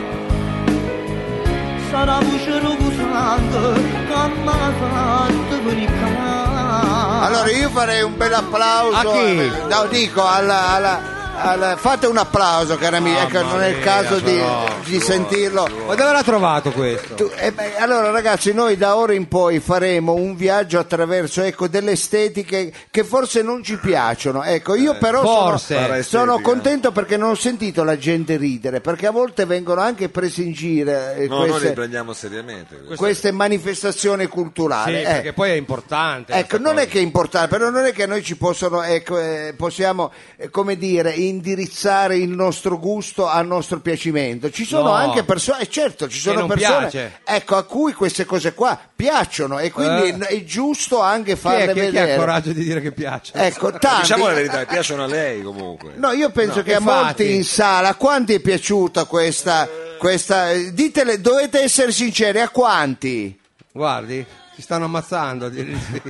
Sarà voce rugusante che mi ha fatto venire.
Allora io farei un bel applauso.
A chi?
No, dico alla, alla- alla- fate un applauso, cari amici, ecco, non è il caso di, di sentirlo.
Ma dove l'ha trovato questo?
Tu- eh, beh, allora ragazzi, noi da ora in poi faremo un viaggio attraverso, ecco, delle estetiche che forse non ci piacciono. Ecco, io però
forse.
sono,
Sarà
sono
estetica.
contento perché non ho sentito la gente ridere, perché a volte vengono anche prese in giro eh,
No, noi
queste,
li prendiamo seriamente. questo.
queste manifestazioni
Sì,
culturali. eh.
perché poi è importante.
Ecco,
questa
non è
cosa.
che è importante, però non è che noi ci possono, ecco, eh, possiamo, eh, come dire, indirizzare il nostro gusto a nostro piacimento. Ci sono
No.
anche persone, certo, ci sono
non
persone
piace.
ecco, a cui queste cose qua piacciono e quindi
Eh.
è giusto anche
Chi
farle
è, chi, è- chi ha
vedere.
il coraggio di dire che piace?
Ecco, tanti.
Diciamo la verità, piacciono a lei comunque.
No, io penso
No,
che a
infatti.
molti in sala, a quanti è piaciuta questa, questa eh, ditele, dovete essere sinceri, a quanti?
Guardi, si stanno ammazzando. a dire di sì.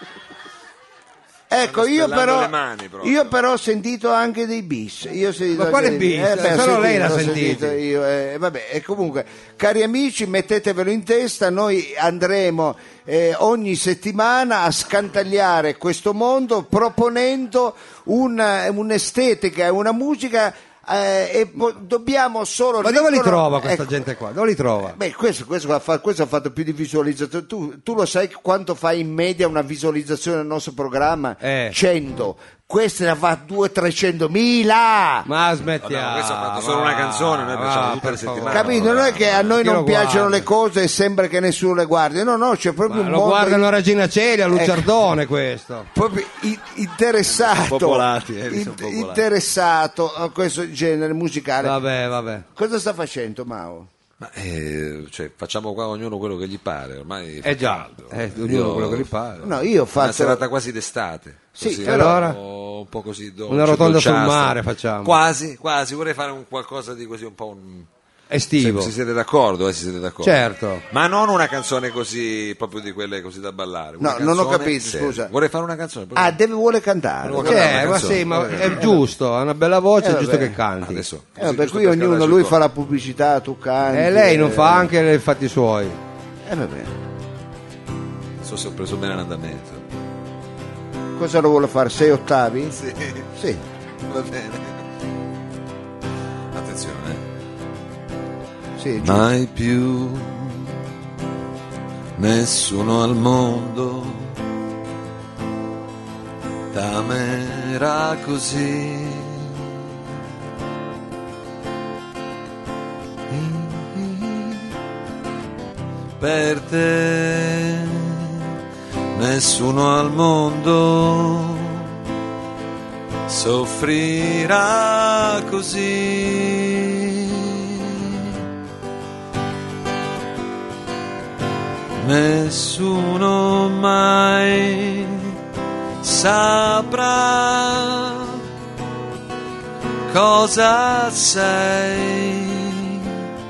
Ecco,
Stanno
io
spellando
però,
le mani proprio.
io però ho sentito anche dei bis. Io ho sentito
Ma quale
anche dei-
bis?
beh, ho
Solo lei l'ha
l'ho
sentito.
io, eh, vabbè, e comunque, cari amici, mettetevelo in testa, noi andremo eh, ogni settimana a scantagliare questo mondo proponendo una- un'estetica e una musica eh, e po- dobbiamo solo...
Ma dove li
riconos-
trova questa
ecco,
gente qua? Dove li trova?
Beh, questo, questo, ha fa- questo ha fatto più di visualizzazione. Tu, tu lo sai quanto fa in media una visualizzazione del nostro programma?
Eh.
cento. Questa ne fa duecento trecentomila.
Ma smettiamo.
No, questo ha fatto solo una canzone, noi facciamo
va,
tutte
per
le settimane.
favore.
Capito? Non è che a noi
Chi lo
non piacciono
guarda?
le cose e sembra che nessuno le guardi. No, no, c'è proprio
Ma
un
lo
mondo
guardano Regina Celia, Luciardone questo.
proprio i- interessato,
Popolati, eh,
in-
sono popolati.
interessato a questo genere musicale.
Vabbè, vabbè.
Cosa sta facendo Mao?
Ma eh, cioè, facciamo qua ognuno quello che gli pare, ormai fa
Eh già,
caldo.
eh, ognuno
Io-
quello che gli pare.
No, io ho
Una
fatto
serata quasi d'estate.
Sì,
così,
però-
Allora?
un po' così dolce,
Una rotonda sul
dolciastra.
mare facciamo.
Quasi, quasi, vorrei fare un qualcosa di così un po' un...
Estivo.
Se, se siete d'accordo, eh, se siete d'accordo.
Certo.
Ma non una canzone così, proprio di quelle così da ballare. Una
No, non ho
canzone
capito,
seria.
scusa.
Vorrei fare una canzone. poi-
Ah, deve vuole cantare.
Volevo
Eh,
cantare
Eh,
una
ma
canzone.
sì, ma
Eh,
è giusto, ha una bella voce,
Eh,
è giusto
vabbè.
che canti.
Adesso,
Eh,
così,
vabbè,
giusto
qui
per
ognuno,
scalarci
lui
un po'.
fa la pubblicità, tu canti.
E lei non
eh,
fa anche i fatti suoi.
Eh, vabbè.
Non so se ho preso bene l'andamento.
Cosa lo vuole fare? Sei ottavi?
Sì,
Sì.
va bene. Attenzione. eh.
Sì, giusto.
Mai più nessuno al mondo t'amerà così. Per te nessuno al mondo soffrirà così. Nessuno mai saprà cosa sei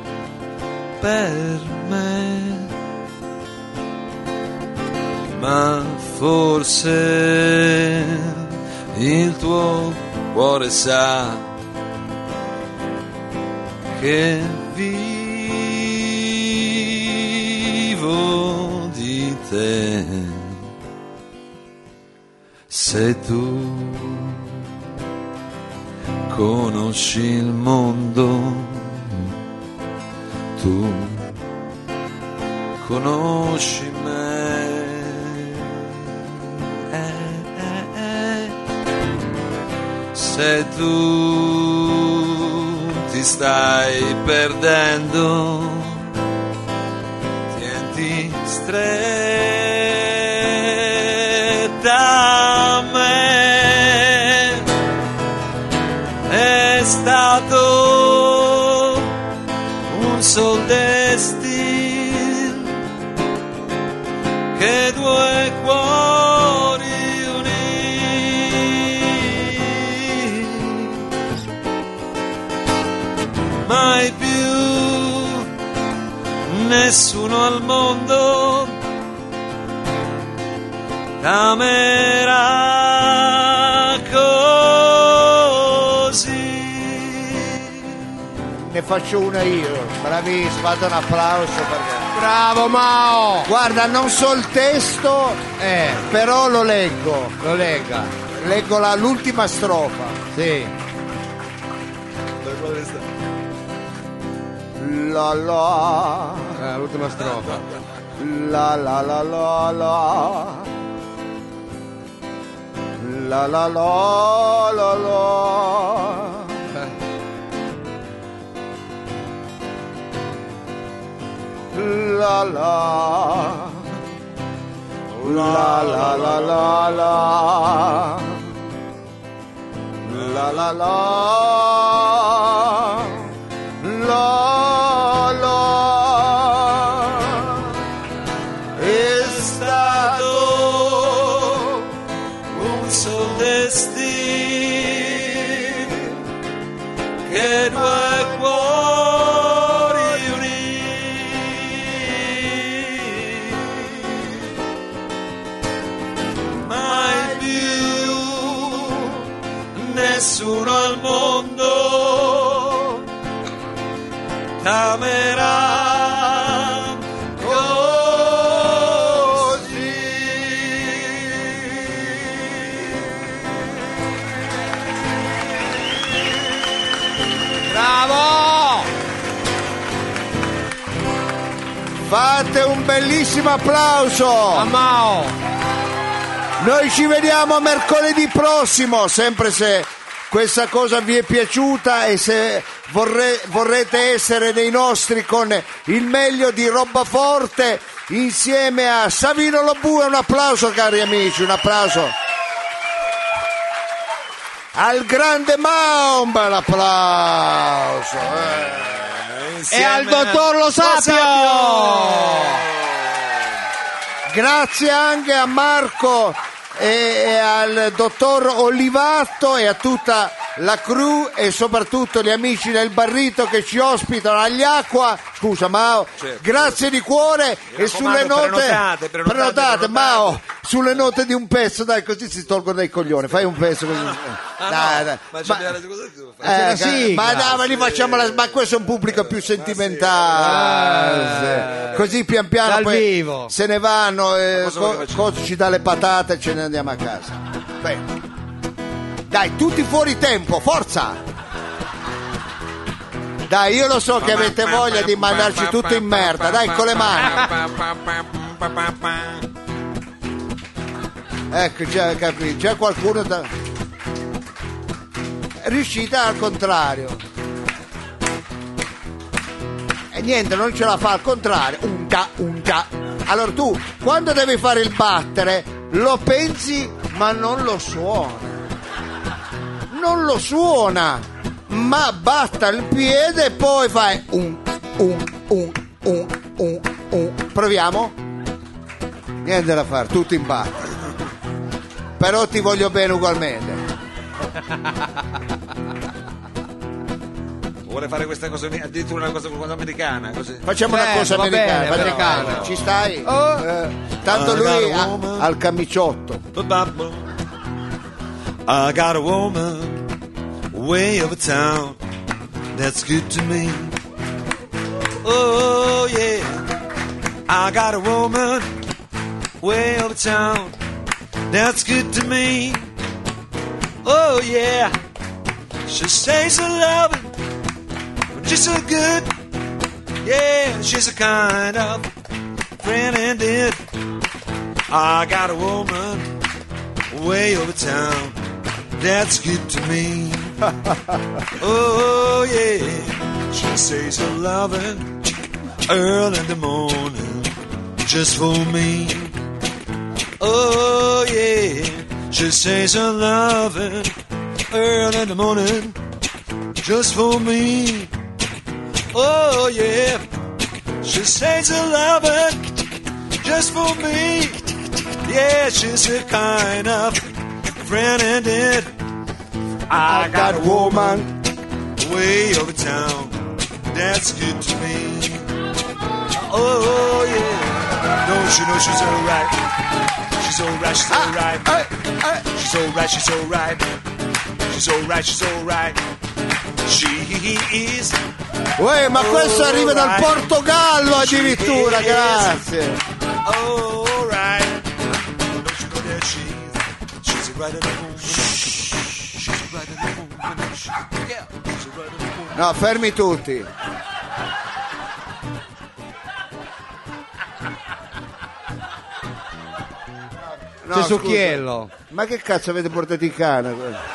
per me, ma forse il tuo cuore sa che vivo di te. Se tu conosci il mondo, tu conosci me. Eh, eh, eh. Se tu ti stai perdendo, tienti stretta a me. È stato un sol destin che due cuori unì. Mai più nessuno al mondo t'amerà così.
Ne faccio una io. Bravissimo, fate un applauso perché...
Bravo Mao!
Guarda, non so il testo,
Eh,
però lo leggo.
lo legga.
Leggo la- l'ultima strofa.
Sì.
La la
Eh, l'ultima strofa.
la la la la la la la la la la la la la la la la la la la la la la la è stato
un sol destino che due cuori unì. Mai più nessuno al mondo t'amerà così.
Bravo!
Fate un bellissimo applauso
a Mao.
Noi ci vediamo mercoledì prossimo, sempre se questa cosa vi è piaciuta e se vorre- vorrete essere dei nostri con il meglio di roba forte insieme a Savino Lobue. Un applauso, cari amici, un applauso al grande Mao, un bel applauso eh.
E al dottor Lo Sapio.
Grazie anche a Marco e, e al dottor Olivatto e a tutta la crew e soprattutto gli amici del Barrito che ci ospitano agli Acqua. Scusa Mao,
Certo.
grazie di cuore e sulle note
prenotate, prenotate,
prenotate, Mao, sulle note di un pezzo, dai, così si tolgono dai coglioni. Fai un pezzo così.
Ah,
dai,
no,
dai.
ma,
Ma-
c'è cosa che devo
eh,
fare?
la sigla.
ma no, ma li facciamo la, ma questo è un pubblico più sentimentale, così pian piano
Dal
poi
vivo.
se ne vanno eh,
cosa vuoi
co-
che facciamo?
cosa ci dà le patate e ce ne andiamo a casa. Bene. Dai, tutti fuori tempo, forza. Dai, io lo so che avete voglia di mandarci tutto in merda, dai, con le mani. Ecco, già capito, c'è qualcuno da... Riuscita al contrario. E niente, non ce la fa al contrario. Un già, un già. Allora tu, quando devi fare il battere, lo pensi ma non lo suona. Non lo suona, ma batta il piede e poi fai un, un, un, un, un, un. Proviamo? Niente da fare, tutto in batta. Però ti voglio bene ugualmente.
Vuole fare questa cosa, addirittura una cosa, cosa americana, così.
Facciamo una
Certo,
cosa
va
americana,
bene,
facciamo-
americana.
ci stai?
Oh.
Eh, tanto lui ha, ha il camiciotto.
I got a woman way over town that's good to me. Oh yeah, I got a woman way over town that's good to me. Oh yeah, she says her loving, just so good. Yeah, she's a kind of friend indeed. I got a woman way over town that's good to me. Oh yeah, she says her loving early in the morning just for me. Oh yeah, she says her loving early in the morning just for me. Oh yeah, she says her loving just for me. Yeah, she's a kind of friend and it. I got a woman way over town that's good to me. Oh yeah, don't you know she's alright? She's alright, she's alright. She's alright, she's alright. She's alright, she's alright. She is.
Uè, ma questo arriva dal
alright.
Portogallo addirittura, grazie.
Oh, alright. Don't you know that she's she's right at home. She's right at home. Yeah, she's right at home.
No, fermi tutti. No,
C'è
scusa.
Succhiello.
Ma che cazzo avete portato in cane?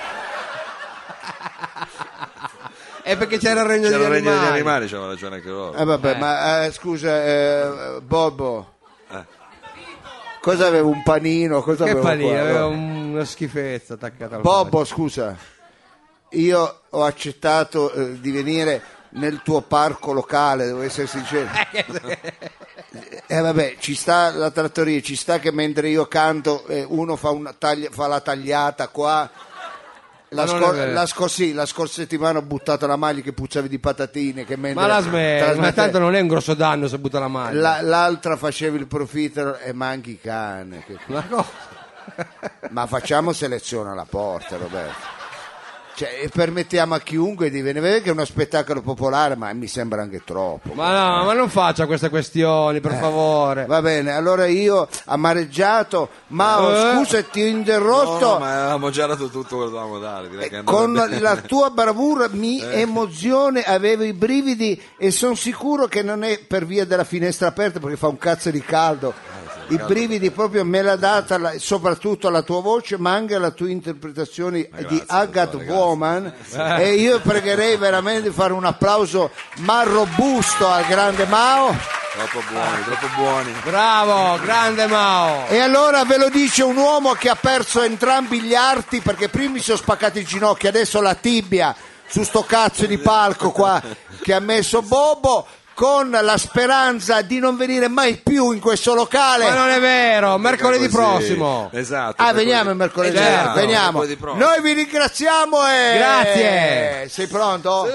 È perché c'era il regno
C'era
degli
il regno degli
animali.
animali, c'aveva ragione anche loro.
Eh vabbè,
Eh.
ma eh, scusa, eh, Bobbo.
Eh.
Cosa avevo? Un panino? Cosa
Che
avevo
panino,
qua?
aveva una schifezza attaccata al
Bobbo, scusa. io ho accettato eh, di venire nel tuo parco locale, devo essere sincero. Eh vabbè, ci sta la trattoria, ci sta che mentre io canto eh, uno fa, una taglia, fa la tagliata qua. La,
Ma non
scor-
è vero.
la, scor- sì, la scorsa settimana ho buttato la maglia che puzzavi di patatine. Che mentre
Ma la smetta, ma
trasmette-
tanto non è un grosso danno se butta la maglia.
La- l'altra facevi il profitero e manchi cane. Che-
Ma no.
Ma facciamo selezione alla porta, Roberto. Cioè, e permettiamo a chiunque di venire, vede che è uno spettacolo popolare, ma mi sembra anche troppo.
Ma no, ma non faccia queste questioni, per favore.
Va bene, allora io amareggiato, ma
Eh.
scusa ti ho
No,
interrotto.
no, ma avevamo già dato tutto quello che dovevamo dare. Direi che è andato
Con
bene.
la tua bravura mi emozione, avevo i brividi e sono sicuro che non è per via della finestra aperta perché fa un cazzo di caldo. I brividi proprio me l'ha data la- soprattutto la tua voce, ma anche la tua interpretazione di Agatha
dottore,
Woman. E io pregherei veramente di fare un applauso ma robusto al grande Mao.
Troppo buoni, troppo buoni.
Bravo, grande Mao.
E allora ve lo dice un uomo che ha perso entrambi gli arti, perché prima mi sono spaccati i ginocchi, adesso la tibia su sto cazzo di palco qua che ha messo Bobo, con la speranza di non venire mai più in questo locale.
Ma non è vero, mercoledì
Così.
prossimo.
Esatto.
Ah, veniamo il mercoledì,
Eh, certo.
veniamo.
mercoledì prossimo.
Noi vi ringraziamo e...
Grazie.
Sei pronto?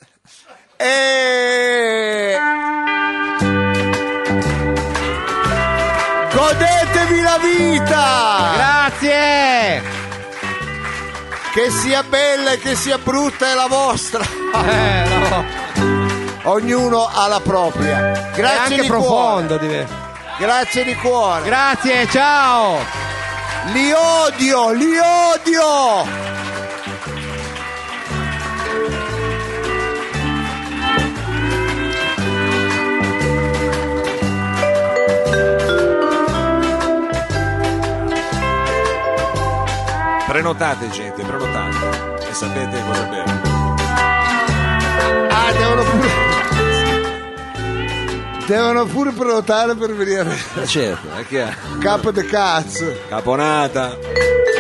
E... Godetevi la vita!
Grazie.
Che sia bella e che sia brutta è la vostra.
Eh, no.
Ognuno ha la propria.
È
Grazie
anche
di
profondo.
cuore.
Dive-
Grazie di cuore.
Grazie, ciao.
Li odio, li odio.
Prenotate, gente, prenotate. E sapete cosa bere.
Ah, devono pure devono pure prenotare per venire.
Certo, è chiaro.
Capo de cazzo.
Caponata.